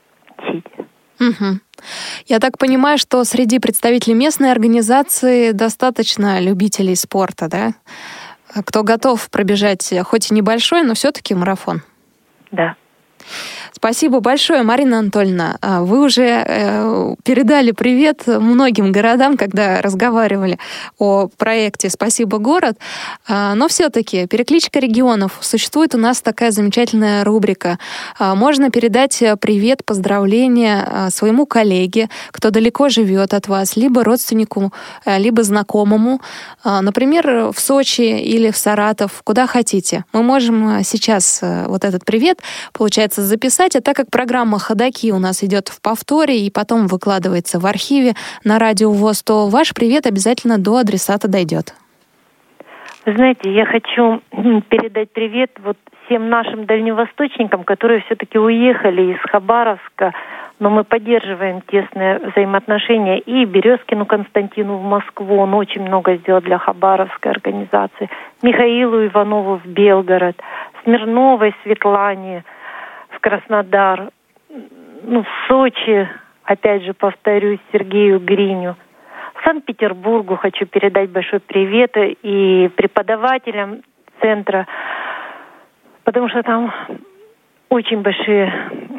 Я так понимаю, что среди представителей местной организации достаточно любителей спорта, да? Кто готов пробежать хоть и небольшой, но все-таки марафон.
Да.
Спасибо большое, Марина Анатольевна. Вы уже передали привет многим городам, когда разговаривали о проекте «Спасибо, город». Но все-таки перекличка регионов. Существует у нас такая замечательная рубрика. Можно передать привет, поздравления своему коллеге, кто далеко живет от вас, либо родственнику, либо знакомому. Например, в Сочи или в Саратов, куда хотите. Мы можем сейчас вот этот привет, получается, записать. А так как программа «Ходоки» у нас идет в повторе и потом выкладывается в архиве на Радио ВОС, то ваш привет обязательно до адресата дойдет.
Вы знаете, я хочу передать привет всем нашим дальневосточникам, которые все-таки уехали из Хабаровска Но мы поддерживаем тесные взаимоотношения и Березкину Константину в Москву. Он очень много сделал для Хабаровской организации. Михаилу Иванову в Белгород. Смирновой Светлане в Краснодар. В Сочи, опять же, повторюсь, Сергею Гриню. Санкт-Петербургу хочу передать большой привет и преподавателям центра, потому что там очень большие,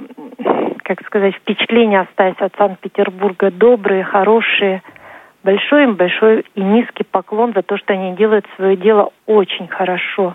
впечатления остались от Санкт-Петербурга. Добрые, хорошие. Большой им большой и низкий поклон за то, что они делают свое дело очень хорошо.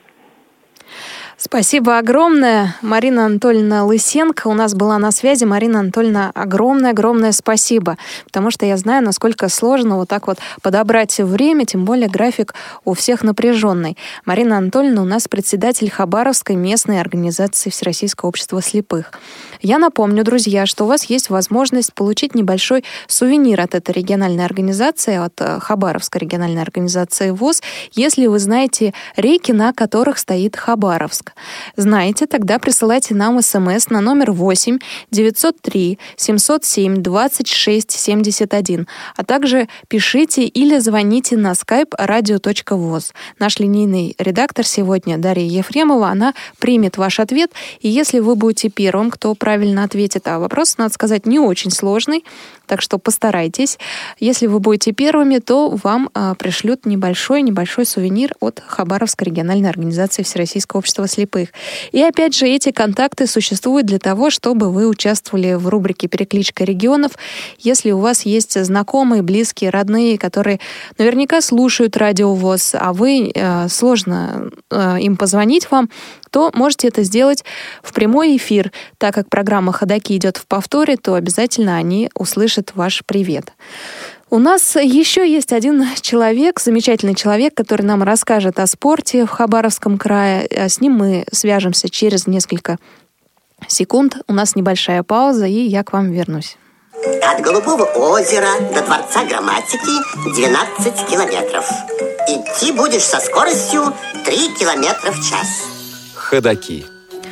Спасибо огромное. Марина Анатольевна Лысенко у нас была на связи. Марина Анатольевна, огромное спасибо. Потому что я знаю, насколько сложно вот так вот подобрать время, тем более график у всех напряженный. Марина Анатольевна у нас председатель Хабаровской местной организации Всероссийского общества слепых. Я напомню, друзья, что у вас есть возможность получить небольшой сувенир от этой региональной организации, от Хабаровской региональной организации ВОС, если вы знаете реки, на которых стоит Хабаровск. Знаете, тогда присылайте нам смс на номер 8 903 707 26 71, а также пишите или звоните на skype radio.voz. Наш линейный редактор сегодня, Дарья Ефремова, она примет ваш ответ, и если вы будете первым, кто правильно ответит, а вопрос, надо сказать, не очень сложный, так что постарайтесь. Если вы будете первыми, то вам пришлют небольшой сувенир от Хабаровской региональной организации Всероссийского общества слепых. И опять же, эти контакты существуют для того, чтобы вы участвовали в рубрике «Перекличка регионов». Если у вас есть знакомые, близкие, родные, которые наверняка слушают радио ВОС, а вы сложно им позвонить вам, то можете это сделать в прямой эфир. Так как программа «Ходоки» идет в повторе, то обязательно они услышат ваш привет. У нас еще есть один человек, замечательный человек, который нам расскажет о спорте в Хабаровском крае. С ним мы свяжемся через несколько секунд. У нас небольшая пауза, и я к вам вернусь.
От Голубого озера до Дворца грамматики 12 километров. Идти будешь со скоростью 3 километра в час.
Ходоки.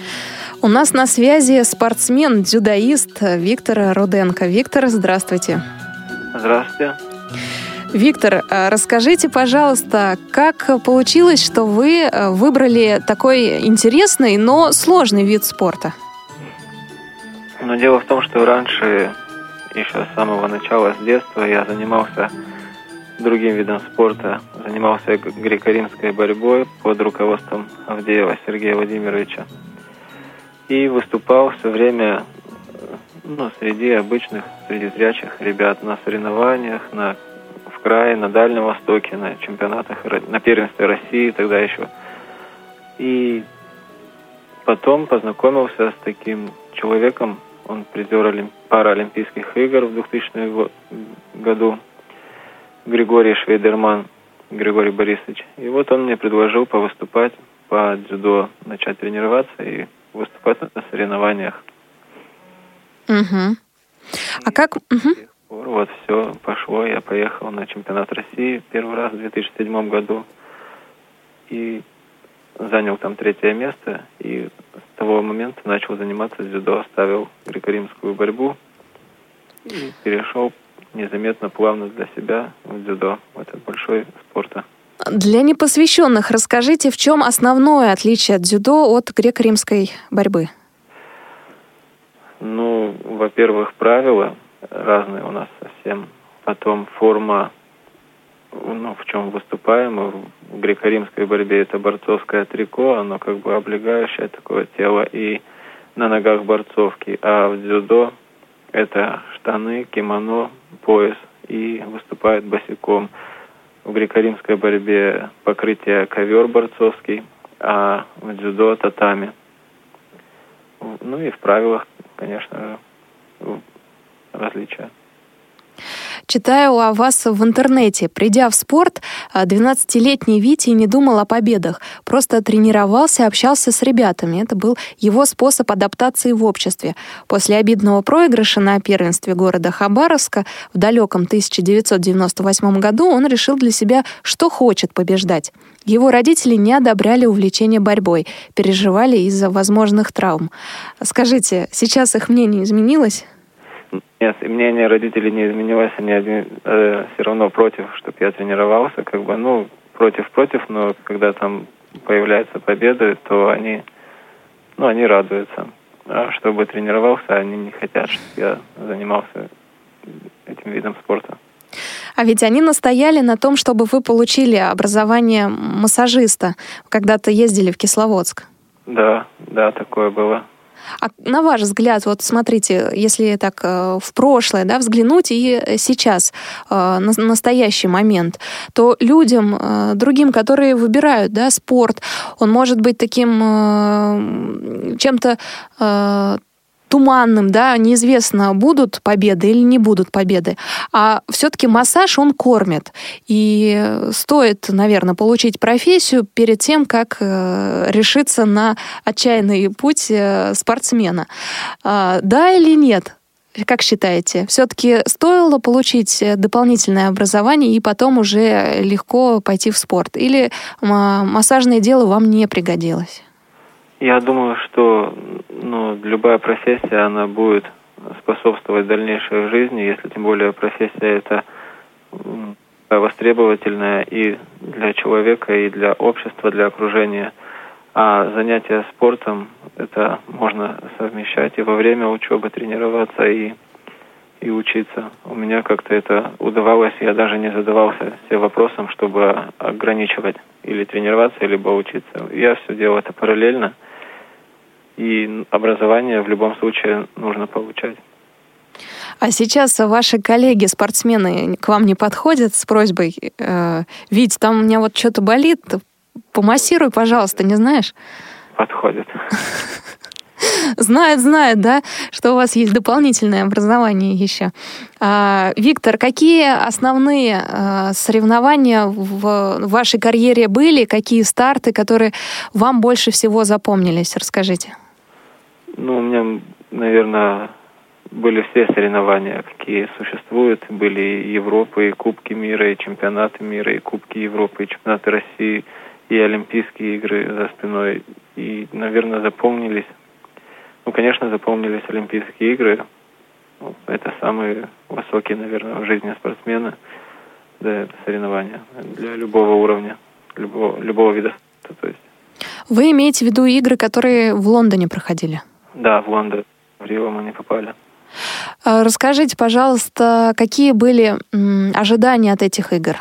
У нас на связи спортсмен, дзюдоист Виктор Руденко. Виктор, здравствуйте.
Здравствуйте.
Виктор, расскажите, пожалуйста, как получилось, что вы выбрали такой интересный, но сложный вид спорта?
Дело в том, что раньше, еще с самого начала, с детства, я занимался другим видом спорта. Занимался греко-римской борьбой под руководством Авдеева Сергея Владимировича. И выступал все время среди зрячих ребят на соревнованиях, в крае, на Дальнем Востоке, на чемпионатах, на первенстве России тогда еще. И потом познакомился с таким человеком, он призер Паралимпийских игр в 2000 году, Григорий Швейдерман, Григорий Борисович. И вот он мне предложил повыступать по дзюдо, начать тренироваться и выступать на соревнованиях.
Угу. А как...
Вот все пошло, я поехал на чемпионат России первый раз в 2007 году и занял там 3-е место, и с того момента начал заниматься дзюдо, оставил греко-римскую борьбу и перешел незаметно, плавно для себя в дзюдо, в этот большой спорта.
Для непосвященных расскажите, в чем основное отличие дзюдо от греко-римской борьбы?
Во-первых, правила разные у нас совсем. Потом форма, в чем выступаем. В греко-римской борьбе это борцовское трико, оно облегающее такое тело, и на ногах борцовки. А в дзюдо это штаны, кимоно, пояс, и выступает босиком. В греко-римской борьбе покрытие ковер борцовский, а в дзюдо татами. И в правилах, конечно же, различия.
Читаю о вас в интернете. Придя в спорт, 12-летний Витя не думал о победах. Просто тренировался, общался с ребятами. Это был его способ адаптации в обществе. После обидного проигрыша на первенстве города Хабаровска в далеком 1998 году он решил для себя, что хочет побеждать. Его родители не одобряли увлечение борьбой, переживали из-за возможных травм. Скажите, сейчас их мнение изменилось?
Нет, мнение родителей не изменилось, они все равно против, чтобы я тренировался, против, но когда там появляются победы, то они радуются. А чтобы тренировался, они не хотят, чтобы я занимался этим видом спорта.
А ведь они настояли на том, чтобы вы получили образование массажиста. Когда-то ездили в Кисловодск.
Да, такое было.
А на ваш взгляд, вот смотрите, если так в прошлое, да, взглянуть и сейчас, на настоящий момент, то людям, другим, которые выбирают, да, спорт, он может быть таким чем-то туманным, да, неизвестно, будут победы или не будут победы. А все-таки массаж, он кормит. И стоит, наверное, получить профессию перед тем, как решиться на отчаянный путь спортсмена. Да или нет? Как считаете? Все-таки стоило получить дополнительное образование и потом уже легко пойти в спорт? Или массажное дело вам не пригодилось?
Я думаю, что любая профессия, она будет способствовать дальнейшей жизни, если тем более профессия эта востребовательная и для человека, и для общества, для окружения. А занятия спортом, это можно совмещать и во время учебы тренироваться, и учиться. У меня как-то это удавалось, я даже не задавался себе вопросом, чтобы ограничивать или тренироваться, либо учиться. Я все делал это параллельно. И образование в любом случае нужно получать.
А сейчас ваши коллеги-спортсмены к вам не подходят с просьбой: Вить, там у меня вот что-то болит, помассируй, пожалуйста, не знаешь?
Подходят.
Знают, да, что у вас есть дополнительное образование еще. Виктор, какие основные соревнования в вашей карьере были? Какие старты, которые вам больше всего запомнились? Расскажите.
У меня, наверное, были все соревнования, какие существуют. Были и Европы, и Кубки мира, и чемпионаты мира, и Кубки Европы, и чемпионаты России, и Олимпийские игры за спиной. И, наверное, запомнились. Конечно, запомнились Олимпийские игры. Это самые высокие, наверное, в жизни спортсмена. Да, это соревнования для любого уровня, любого вида спорта. То есть.
Вы имеете в виду игры, которые в Лондоне проходили?
Да, в Лондон. В Рио мы не попали.
Расскажите, пожалуйста, какие были ожидания от этих игр?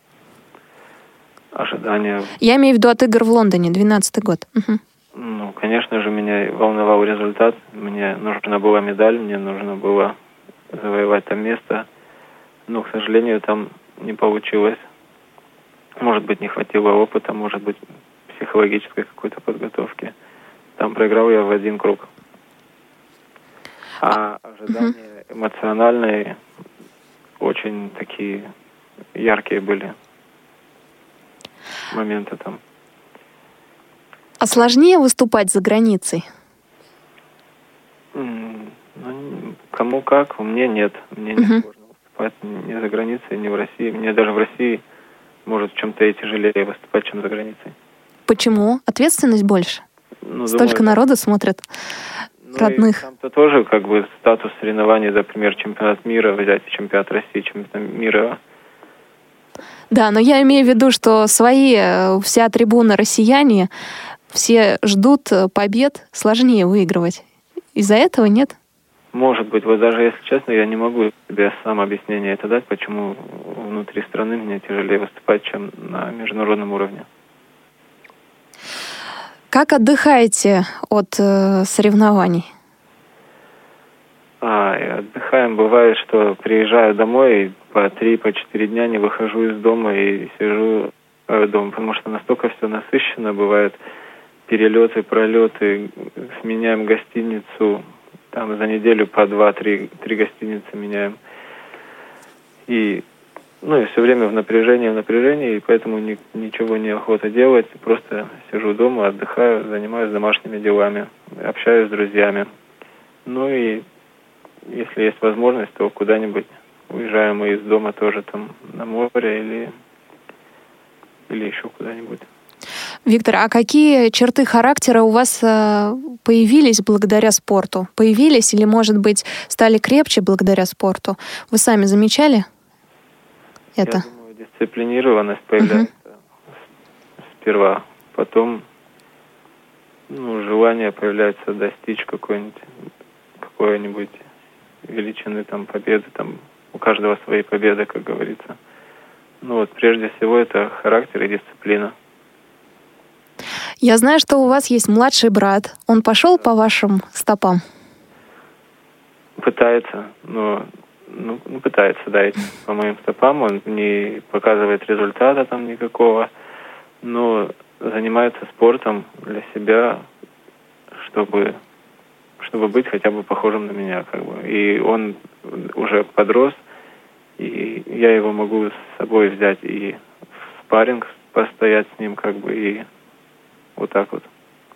Ожидания?
Я имею в виду от игр в Лондоне, 2012 год. Угу.
Конечно же, меня волновал результат. Мне нужна была медаль, мне нужно было завоевать там место. Но, к сожалению, там не получилось. Может быть, не хватило опыта, может быть, психологической какой-то подготовки. Там проиграл я в один круг. А ожидания эмоциональные очень такие яркие были моменты там.
А сложнее выступать за границей?
Кому как, мне нет. Мне не сложно выступать ни за границей, ни в России. Мне даже в России может в чем-то и тяжелее выступать, чем за границей.
Почему? Ответственность больше? Столько народу смотрят, родных.
Там-то тоже статус соревнований, например, чемпионат мира, взять чемпионат России, чемпионат мира.
Да, но я имею в виду, что вся трибуна россияне, все ждут побед, сложнее выигрывать. Из-за этого нет?
Может быть. Вот даже если честно, я не могу себе сам объяснение это дать, почему внутри страны мне тяжелее выступать, чем на международном уровне.
Как отдыхаете от соревнований?
Отдыхаем. Бывает, что приезжаю домой и по 3-4 дня не выхожу из дома и сижу дома, потому что настолько все насыщенно. Бывает перелеты, пролеты, сменяем гостиницу, там за неделю по 2-3 гостиницы меняем. И все время в напряжении, и поэтому ничего не охота делать. Просто сижу дома, отдыхаю, занимаюсь домашними делами, общаюсь с друзьями. И если есть возможность, то куда-нибудь уезжаем мы из дома тоже там на море или еще куда-нибудь.
Виктор, а какие черты характера у вас появились благодаря спорту? Появились или, может быть, стали крепче благодаря спорту? Вы сами замечали это?
Я думаю, дисциплинированность появляется сперва, потом желание появляется достичь какой-нибудь величины, там, победы, там, у каждого свои победы, как говорится. Прежде всего, это характер и дисциплина.
Я знаю, что у вас есть младший брат. Он пошел по вашим стопам?
Пытается, пытается, да, идти по моим стопам. Он не показывает результата там никакого, но занимается спортом для себя, чтобы быть хотя бы похожим на меня, как бы. И он уже подрос, и я его могу с собой взять и в спарринг постоять с ним, как бы, и вот так вот.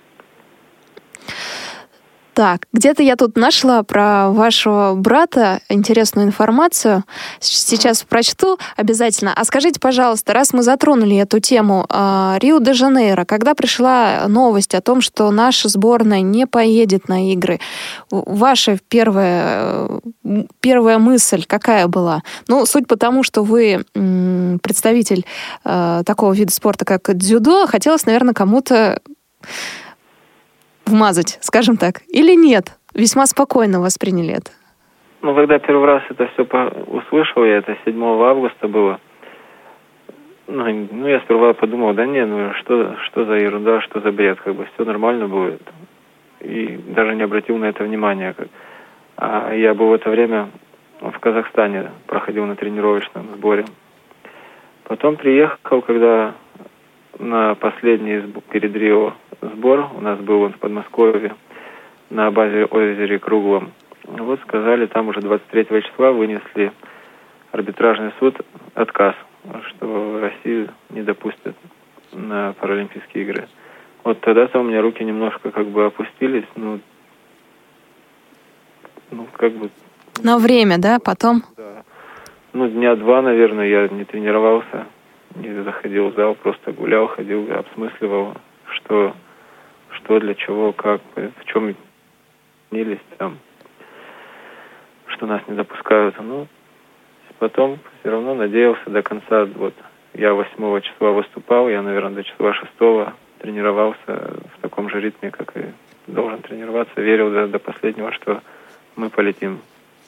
Так, где-то я тут нашла про вашего брата интересную информацию. Сейчас прочту обязательно. А скажите, пожалуйста, раз мы затронули эту тему, Рио-де-Жанейро, когда пришла новость о том, что наша сборная не поедет на игры, ваша первая мысль какая была? Суть потому, что вы представитель такого вида спорта, как дзюдо, хотелось, наверное, кому-то вмазать, скажем так, или нет? Весьма спокойно восприняли это.
Когда первый раз это все услышал, это 7 августа было, я сперва подумал, что за ерунда, что за бред, как бы все нормально будет. И даже не обратил на это внимания. А я был в это время в Казахстане, проходил на тренировочном сборе. Потом приехал, когда на последний перед Рио сбор, у нас был он в Подмосковье, на базе озере Круглом. Сказали, там уже 23 числа вынесли арбитражный суд отказ, что Россию не допустят на Паралимпийские игры. Тогда-то у меня руки немножко как бы опустились,
На время, да, потом?
Да. Дня 2, наверное, я не тренировался, не заходил в зал, просто гулял, ходил, обсмысливал, что для чего, как, в чем нились там, что нас не допускают. Потом все равно надеялся до конца. Я 8 числа выступал, я, наверное, до числа 6 тренировался в таком же ритме, как и должен тренироваться. Верил до последнего, что мы полетим.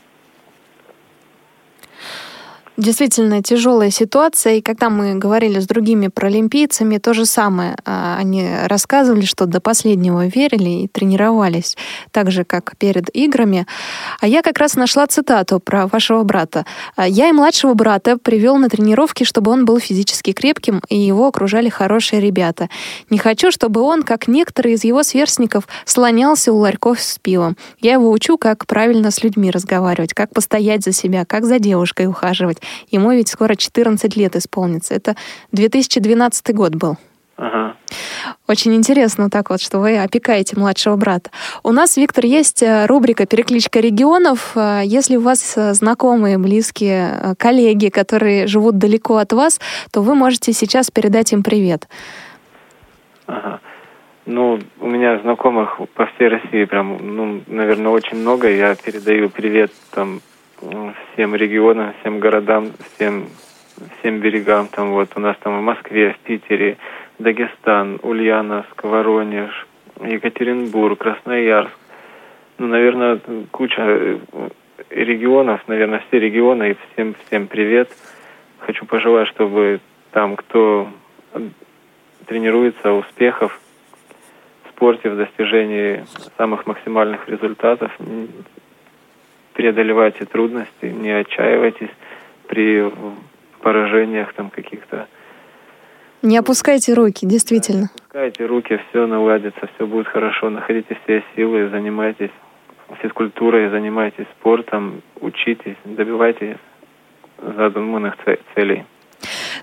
Действительно тяжелая ситуация, и когда мы говорили с другими паралимпийцами, то же самое. Они рассказывали, что до последнего верили и тренировались, так же, как перед играми. А я как раз нашла цитату про вашего брата. «Я и младшего брата привел на тренировки, чтобы он был физически крепким, и его окружали хорошие ребята. Не хочу, чтобы он, как некоторые из его сверстников, слонялся у ларьков с пивом. Я его учу, как правильно с людьми разговаривать, как постоять за себя, как за девушкой ухаживать. Ему ведь скоро 14 лет исполнится. Это 2012 год был».
Ага.
Очень интересно что вы опекаете младшего брата. У нас, Виктор, есть рубрика «Перекличка регионов». Если у вас знакомые, близкие, коллеги, которые живут далеко от вас, то вы можете сейчас передать им привет.
Ага. У меня знакомых по всей России прям, наверное, очень много. Я передаю привет всем регионам, всем городам, всем берегам. У нас в Москве, в Питере, Дагестан, Ульяновск, Воронеж, Екатеринбург, Красноярск. Наверное, куча регионов, наверное, все регионы, и всем привет. Хочу пожелать, чтобы там, кто тренируется, успехов в спорте, в достижении самых максимальных результатов. Преодолевайте трудности, не отчаивайтесь при поражениях каких-то.
Не опускайте руки, действительно.
Не опускайте руки, все наладится, все будет хорошо. Находите все силы, занимайтесь физкультурой, занимайтесь спортом, учитесь, добивайтесь задуманных целей.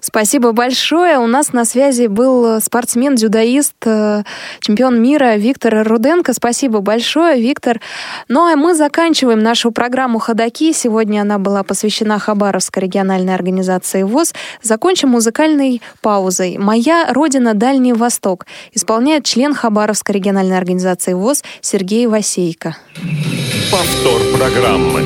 Спасибо большое. У нас на связи был спортсмен-дзюдоист, чемпион мира Виктор Руденко. Спасибо большое, Виктор. Ну а мы заканчиваем нашу программу «Ходоки». Сегодня она была посвящена Хабаровской региональной организации ВОС. Закончим музыкальной паузой. «Моя родина – Дальний Восток» исполняет член Хабаровской региональной организации ВОС Сергей Васейко.
Повтор программы.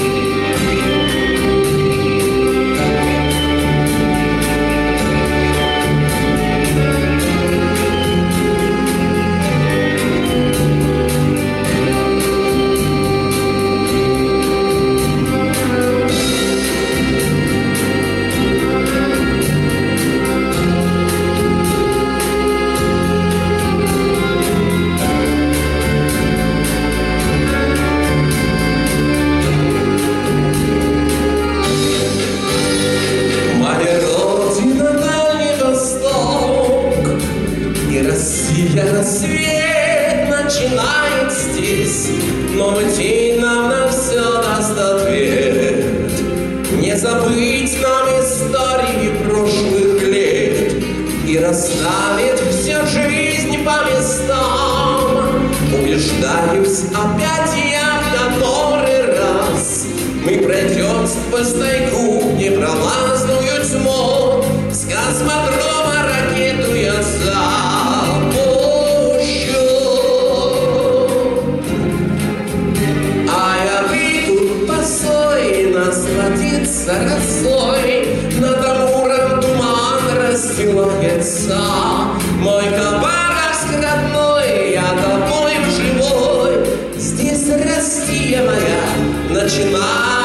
Расставит всю жизнь по местам. Убеждаюсь опять я в который раз. Мы пройдем сквозь тайгу непролазную тьму. С космодрома ракету я запущу. А я выйду босой, насладиться росой. Над Амуром туман расстилается. Мой Хабаровск родной, я тобой живой. Здесь Россия моя начинается.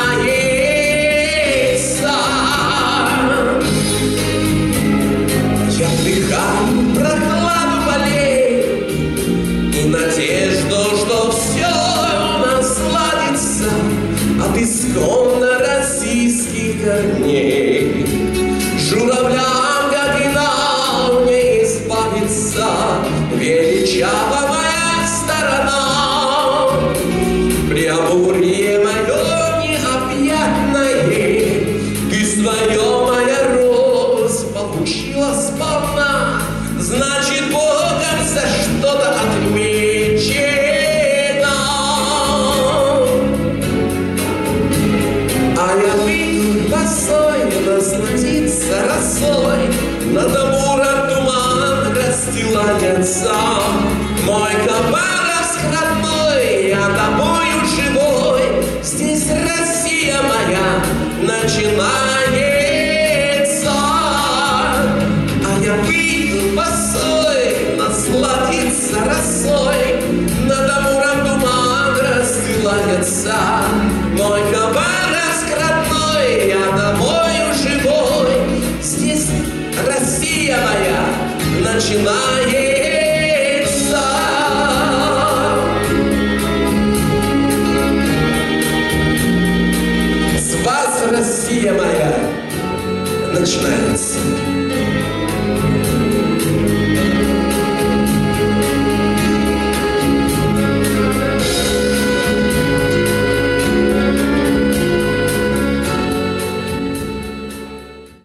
Я вдыхаю прохладу полей и надежду, что все у нас сладится от исконно российских корней. Журавлям, как и нам, не избавиться, величава моя сторона. Преамурье мое необъятное, ты свое, моя Русь, получила сполна. Значит, Богом за что-то отмечено. А я выйду босой, насладиться росой. Над Амуром туман расстилается. Мой Хабаровск родной, я тобою живой. Здесь Россия моя начинается. А я выйду босой, насладиться росой. Над Амуром туман расстилается. Мой Хабаровск родной, я тобою живой. Здесь Россия моя начинается. С вас, Россия моя, начинается.